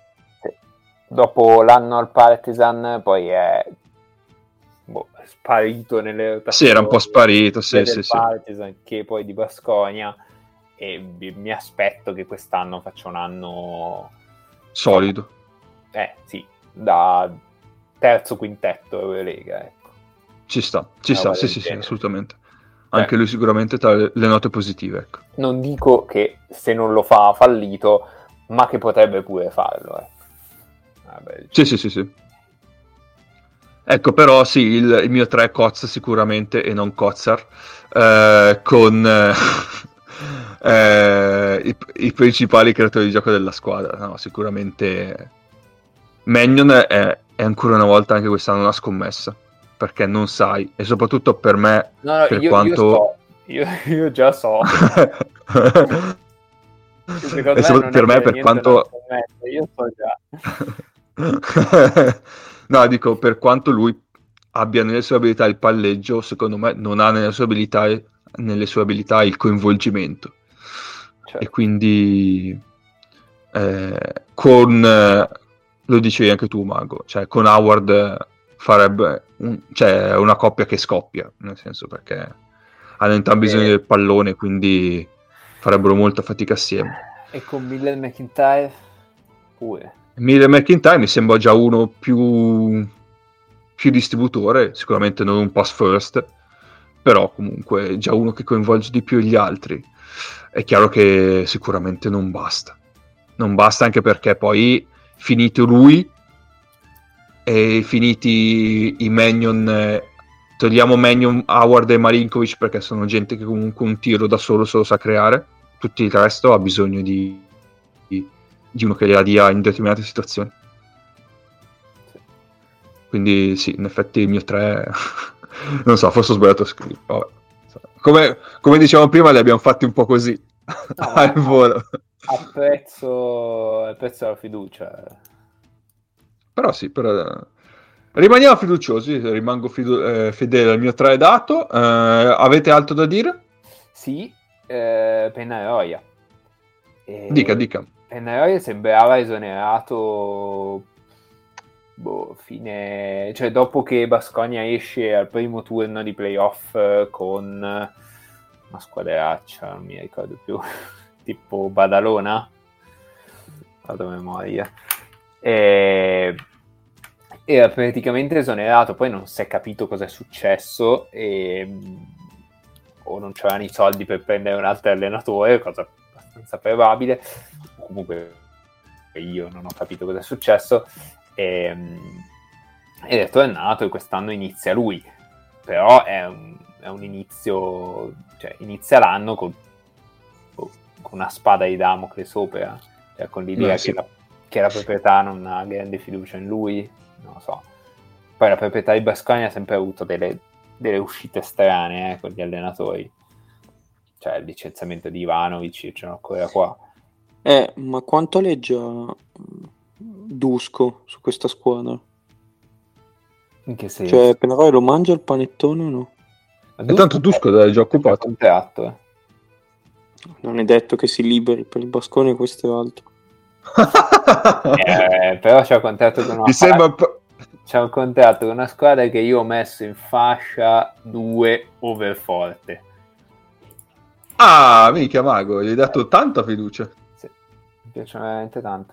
Dopo l'anno al Partizan poi è boh, sparito nelle rotazioni. Sì, era un po' sparito, sì, sia sì, del sì. Partizan che poi di Baskonia, e mi aspetto che quest'anno faccia un anno solido. Eh sì, da terzo quintetto Eurolega, ecco. Ci sta, ci sta, sì, sì, sì, assolutamente. Anche eh. lui sicuramente tra le, le note positive, ecco. Non dico che se non lo fa ha fallito, ma che potrebbe pure farlo, eh. Vabbè, sì, sì, sì, sì. Ecco, però sì, il, il mio tre è Koz sicuramente e non Kotsar, eh, con eh, eh, i, i principali creatori di gioco della squadra. No, sicuramente Mannion è, è ancora una volta anche quest'anno una scommessa, perché non sai, e soprattutto per me, no, no, per io, quanto... Io, so. io, io già so. E so, per me, per quanto... Io so già. No, dico, per quanto lui abbia nelle sue abilità il palleggio, secondo me non ha nelle sue abilità, nelle sue abilità il coinvolgimento. Certo. E quindi eh, con eh, lo dicevi anche tu, Mago, cioè con Howard farebbe un, cioè una coppia che scoppia, nel senso, perché hanno entrambi e... bisogno del pallone, quindi farebbero molta fatica assieme. E con Miller McIntyre pure. Miller McIntyre mi sembra già uno più più distributore, sicuramente non un pass first, però comunque già uno che coinvolge di più gli altri. È chiaro che sicuramente non basta. Non basta, anche perché poi finito lui e finiti i Mannion, togliamo Mannion, Howard e Marinkovic perché sono gente che comunque un tiro da solo se lo sa creare, tutto il resto ha bisogno di, di, di uno che gliela dia in determinate situazioni. Quindi sì, in effetti il mio tre non so, forse ho sbagliato a scrivere. Vabbè. Come, come dicevamo prima, li abbiamo fatti un po' così no, al volo. Apprezzo, apprezzo la fiducia. Però sì, però... rimaniamo fiduciosi, rimango fidu- eh, fedele al mio tre dato. Eh, avete altro da dire? Sì, eh, Pennaroia. E... Dica, dica. Pennaroia sembrava esonerato... Boh, fine, cioè dopo che Baskonia esce al primo turno di playoff con una squaderaccia, non mi ricordo più, tipo Badalona, vado a memoria, e... era praticamente esonerato, poi non si è capito cosa è successo e... o non c'erano i soldi per prendere un altro allenatore, cosa abbastanza probabile, comunque io non ho capito cosa è successo. E, ed è tornato e quest'anno inizia lui, però è un, è un inizio, cioè inizia l'anno con, con una spada di Damocle sopra, cioè con l'idea no, sì. che, la, che la proprietà non ha grande fiducia in lui, non lo so. Poi la proprietà di Baskonia ha sempre avuto delle, delle uscite strane eh, con gli allenatori, cioè il licenziamento di Ivanovic, ce n'ho ancora qua. Eh, ma quanto leggia Dusko su questa squadra? In che senso? Cioè, Pennaroia lo mangia il panettone o no? E tanto Dusko è già occupato. Contratto, eh. Non è detto che si liberi per il Baskonia, questo è altro. eh, però c'è un contratto con una Mi sembra p- c'è un contratto con una squadra che io ho messo in fascia due overforte. Ah, mica Mago, gli hai dato tanta fiducia. Sì, mi piacciono veramente tanto.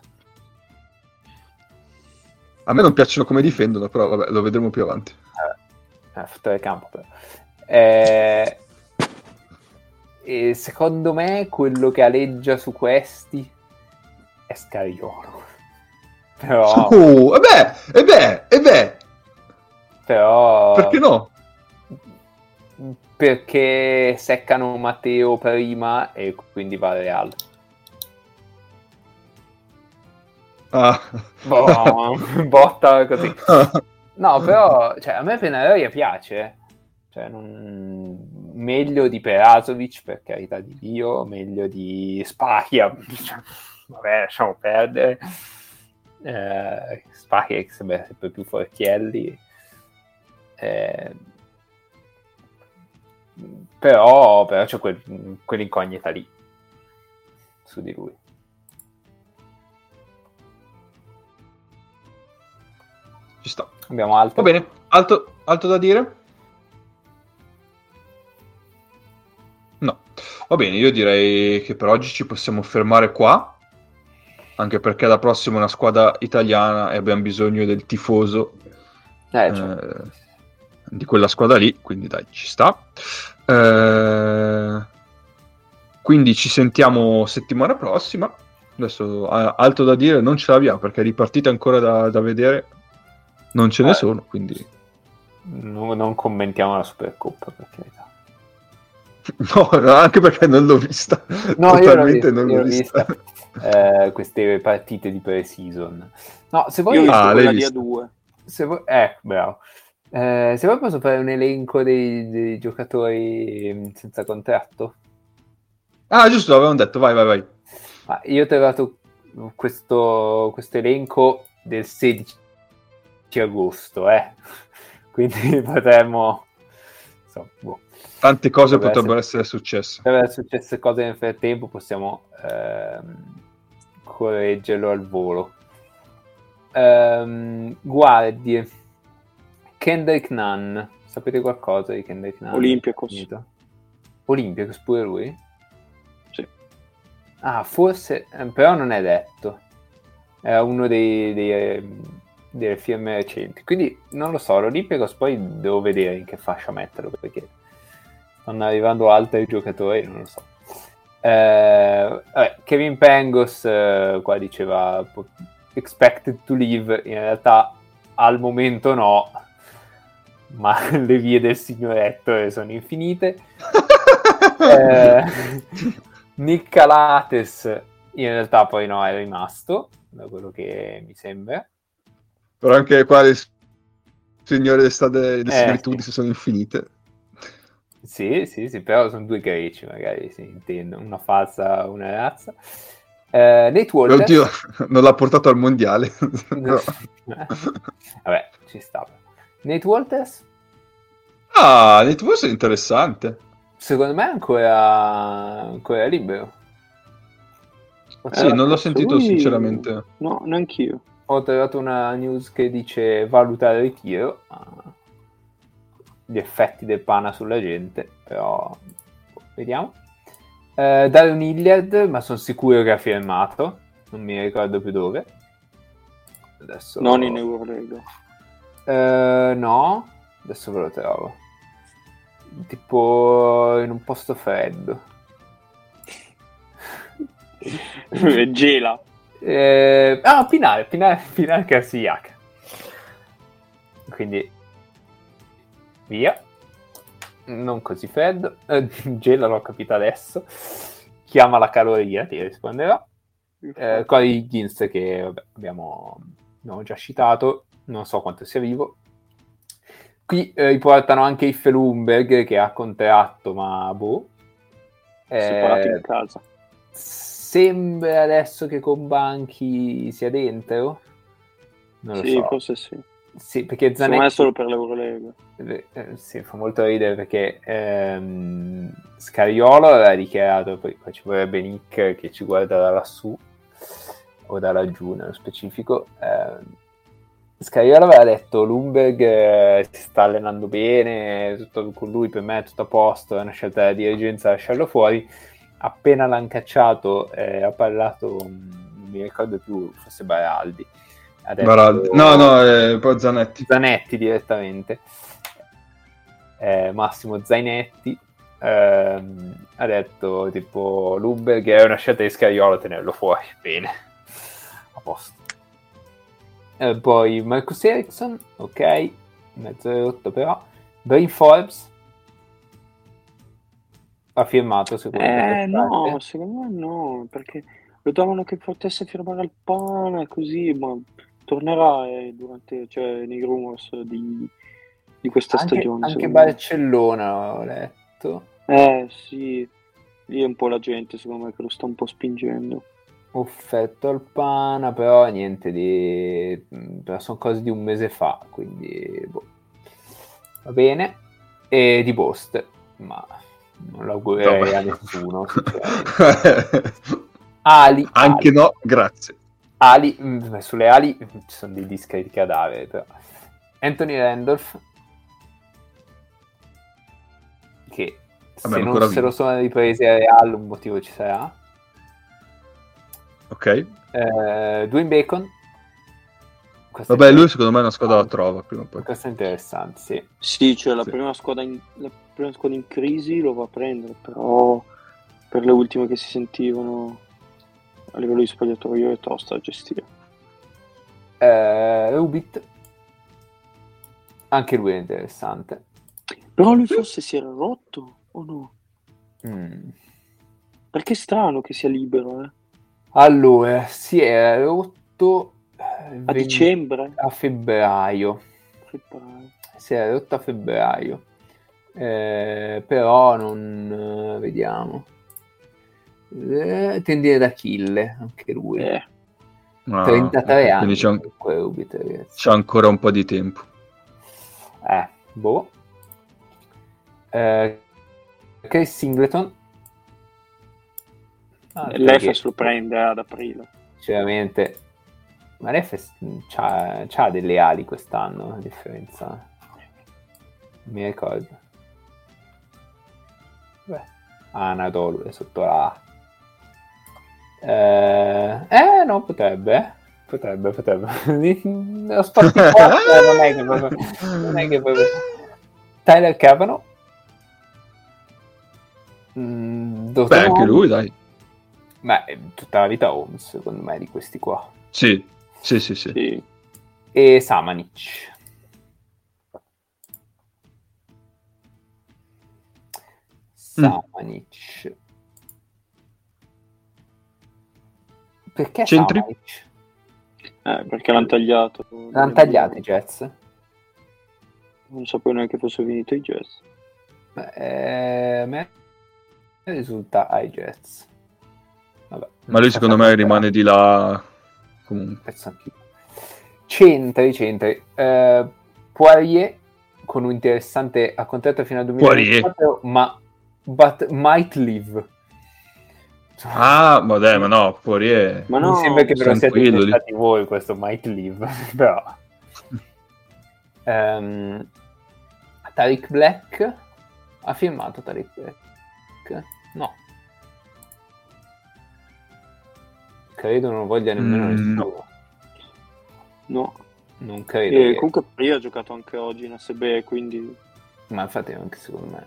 A me non piacciono come difendono, però vabbè, lo vedremo più avanti. Eh, eh, campo, però. Eh, e secondo me quello che aleggia su questi è Scariolo. Però... Uh, e beh, e beh, e beh. Però... Perché no? Perché seccano Matteo prima e quindi va Real. Ah. Boh, botta così. No, però cioè, a me Penaroia piace. Cioè, non... meglio di Perasovic, per carità di Dio, meglio di Spachia. Vabbè, lasciamo perdere. Eh, Spachia che sembra sempre più forchielli. Eh, però, però c'è quel, quell'incognita lì su di lui. Ci sta. Abbiamo altro. Va bene, altro, altro da dire? No. Va bene, io direi che per oggi ci possiamo fermare qua, anche perché la prossima è una squadra italiana e abbiamo bisogno del tifoso eh, certo. eh, di quella squadra lì, quindi dai, ci sta. Eh, quindi ci sentiamo settimana prossima. Adesso a- altro da dire non ce l'abbiamo perché ripartite ancora da, da vedere non ce ne eh, sono, quindi no, non commentiamo la Supercoppa per carità. no, anche perché non l'ho vista. No, Totalmente io l'ho, non io l'ho l'ho vista, vista. Eh, queste partite di pre-season. No, se vuoi Io ho visto Ah, quella l'hai di A vista. due. se vuoi, eh, bravo. Eh, se vuoi posso fare un elenco dei, dei giocatori senza contratto? Ah, giusto, l'avevamo detto, vai, vai, vai. Ma io ho trovato questo, questo elenco del sedici agosto, eh. Quindi potremmo... Insomma, boh. Tante cose Potrebbe potrebbero essere, essere successe. potrebbero essere successe cose nel frattempo, possiamo ehm, correggerlo al volo. Ehm, guardie, Kendrick Nunn, sapete qualcosa di Kendrick Nunn? Olympiacos. Olympiacos pure lui? Sì. Ah, forse, eh, però non è detto. Era uno dei, dei, eh, delle firme recenti. Quindi non lo so, l'Olympiacos poi devo vedere in che fascia metterlo, perché stanno arrivando altri giocatori, non lo so. Eh, vabbè, Kevin Pangos eh, qua diceva expected to leave, in realtà al momento no, ma le vie del signor Ettore sono infinite. eh, Nick Calates in realtà poi no, è rimasto, da quello che mi sembra. Però anche qua le signore d'estate, le Eh, similitudini sì. sono infinite. Sì, sì, sì, però sono due greci, magari si intende, una falsa, una razza. Eh, Nate Walters. Oddio, non l'ha portato al mondiale. No. Vabbè, ci stava. Nate Walters? Ah, Nate Walters è interessante. Secondo me è ancora, ancora libero. Sì, non l'ho sentito lui... sinceramente. No, neanch'io. Ho trovato una news che dice valutare il ritiro. Ah, gli effetti del pana sulla gente, però vediamo. Uh, Darren Hilliard, ma sono sicuro che ha firmato, non mi ricordo più dove. Adesso non in Eurolega. Uh, no, adesso ve lo trovo. Tipo in un posto freddo. Gela. Eh, ah, Pinare, Pinare, Pinare Garciac. Quindi via. Non così freddo. Eh, gela l'ho capito adesso. Chiama la caloria, ti risponderò. Eh, Corey Higgins che vabbè, abbiamo, abbiamo già citato, non so quanto sia vivo. Qui eh, riportano anche Iffe Lumberg che ha contratto, ma boh. Eh, separato in casa. Sembra adesso che con Banchi sia dentro. Non lo sì, so. forse sì. Sì, perché Zanetti... Non è solo per l'Eurolega. Eh, sì, fa molto ridere perché ehm, Scariolo aveva dichiarato, poi qua ci vorrebbe Nick che ci guarda da lassù o da laggiù nello specifico. Eh, Scariolo aveva detto Lumberg eh, si sta allenando bene, tutto con lui per me è tutto a posto, è una scelta della dirigenza lasciarlo fuori. Appena l'hanno cacciato eh, ha parlato, non mi ricordo più, forse Baraldi. Ha detto, Baraldi. No, no, eh, poi Zanetti. Zanetti direttamente. eh, Massimo Zainetti, ehm, ha detto tipo Lumbergh è una scelta di Scariolo tenerlo fuori, bene, a posto. Eh, poi Marcus Ericsson, ok, mezzo rotto però. Brain Forbes ha firmato secondo Eh, no, parte. secondo me no, perché lo davano che potesse firmare al Pana e così, ma tornerà eh, durante, cioè, nei rumors di, di questa Anche, stagione, anche secondo me. Barcellona ho letto. Eh, sì, lì è un po' la gente, secondo me, che lo sta un po' spingendo. Offerto al Pana, però niente di... però sono cose di un mese fa, quindi boh. Va bene. E di Bost, ma non l'augurerei Vabbè. a nessuno, sinceramente. Ali, Anche ali. no, grazie. Ali, mh, sulle ali ci sono dei dischi di cadavere, però. Anthony Randolph, che Vabbè, se non ancora se lo vivo. sono ripresi a Real un motivo ci sarà. Ok. Eh, Dwayne Bacon. Questo Vabbè, è lui secondo me una squadra la trova prima o poi. Questo è interessante, sì. Sì, cioè la, Sì. prima squadra in, la prima squadra in crisi lo va a prendere, però per le ultime che si sentivano a livello di spogliatoio è tosta da gestire. Eh, Rubit, anche lui è interessante. Però lui forse si era rotto o no? Mm. Perché è strano che sia libero, eh? Allora, si è rotto eh, A venti dicembre? a febbraio. Febbraio. Si è rotto a febbraio. Eh, però non... eh, vediamo. Eh, tendine d'Achille, anche lui. Eh. Ah, trentatré ok, anni. quindi c'è, un- comunque, Rubit, ragazzi. c'è ancora un po' di tempo. Eh, boh. Eh, Chris Singleton. Ah, L'Efes lo prende ad aprile. Sinceramente, ma l'Efes c'ha, c'ha delle ali quest'anno, a differenza. Non mi ricordo. Beh, Anadolu è sotto la A. Eh, eh no, potrebbe. eh. Potrebbe, potrebbe. Lo spot di forza non è che proprio... Non è che proprio... Tyler Cavanaugh. Mm, Beh, anche lui, dai. Beh, è tutta la vita Holmes, secondo me, di questi qua. Sì, sì, sì, sì. Sì. E Samanic. Samanic. Mm. Perché Centri? Samanic? Eh, perché l'hanno tagliato. L'hanno tagliato i Jets? Non sapevo neanche fosse finito i Jets. Beh, a me risulta ai Jets. Vabbè, Ma lui secondo me rimane di là comunque. Penso anch'io. Centri, centri. Eh, Poirier con un interessante a contratto fino al duemilaventiquattro, ma but might live. Ah, ma dai, ma no, Poirier. Ma Mi no, sembra che ve lo siete tranquillo lì. inventati voi questo might live, però. Um, Tariq Black ha firmato Tariq Black? No. Credo non voglia nemmeno Mm, nessuno. no. Non credo. E che... comunque io ho giocato anche oggi in A S B, quindi... Ma infatti anche secondo me.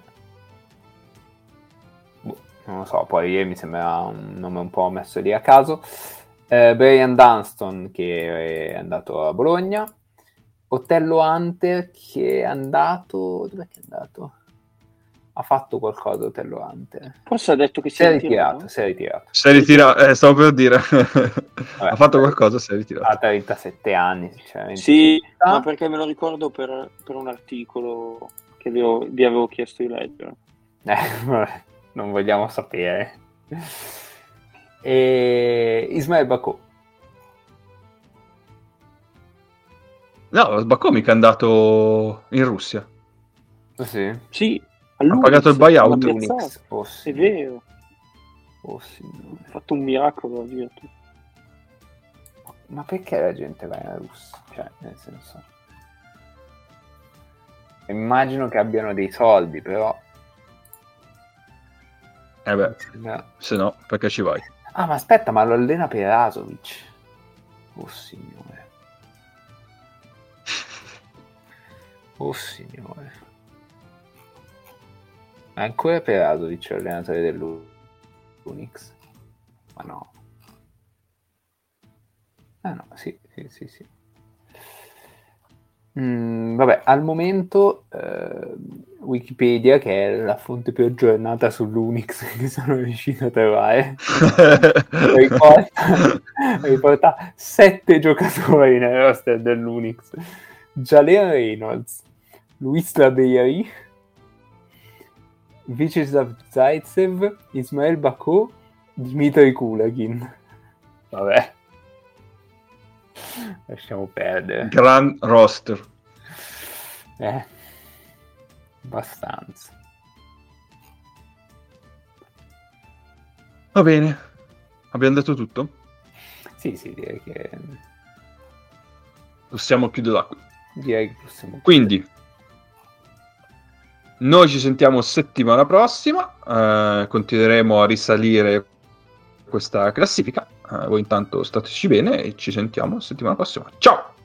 Boh, non lo so, poi ieri mi sembra un nome un po' messo lì a caso. Eh, Brian Dunston che è andato a Bologna. Otello Hunter che è andato... Dov'è che è andato? Ha fatto qualcosa Otello Hunter. Forse ha detto che si, Si è è ritirato, ritirato. si è ritirato. Si è ritirato, eh, stavo per dire. Vabbè, ha fatto qualcosa, si è ritirato. Ha trentasette anni, sinceramente. Sì, ma perché me lo ricordo per, per un articolo che vi, ho, vi avevo chiesto di leggere. Eh, vabbè, non vogliamo sapere. E Ismael Bako. No, Bacco mica è andato in Russia. Oh, sì? Sì, ha pagato il buyout. All'Unix. Oh, sì. È vero. Oh, sì, no. Ha fatto un miracolo via. Ma perché la gente va in Russia? Cioè, nel senso... Immagino che abbiano dei soldi, però... Eh beh, no. Se no, perché ci vai? Ah, ma aspetta, ma lo allena Perasovic. Oh, signore. Oh, signore. È ancora Perasovic l'allenatore dell'Unix? Ma no. Ah no, sì, sì, sì, sì. Mm, vabbè, al momento eh, Wikipedia, che è la fonte più aggiornata sull'Unix che sono riuscito a trovare, riporta, riporta sette giocatori nel roster dell'Unix: Jalen Reynolds, Luis Labeyrie, Vyacheslav Zaitsev, Ismael Bako, Dmitry Kulagin. Vabbè, lasciamo perdere. Gran roster. Eh, abbastanza. Va bene, abbiamo detto tutto? Sì, sì, direi che possiamo chiudere qui. Direi che possiamo. Quindi noi ci sentiamo settimana prossima, eh, continueremo a risalire questa classifica. Eh, voi intanto stateci bene e ci sentiamo settimana prossima. Ciao!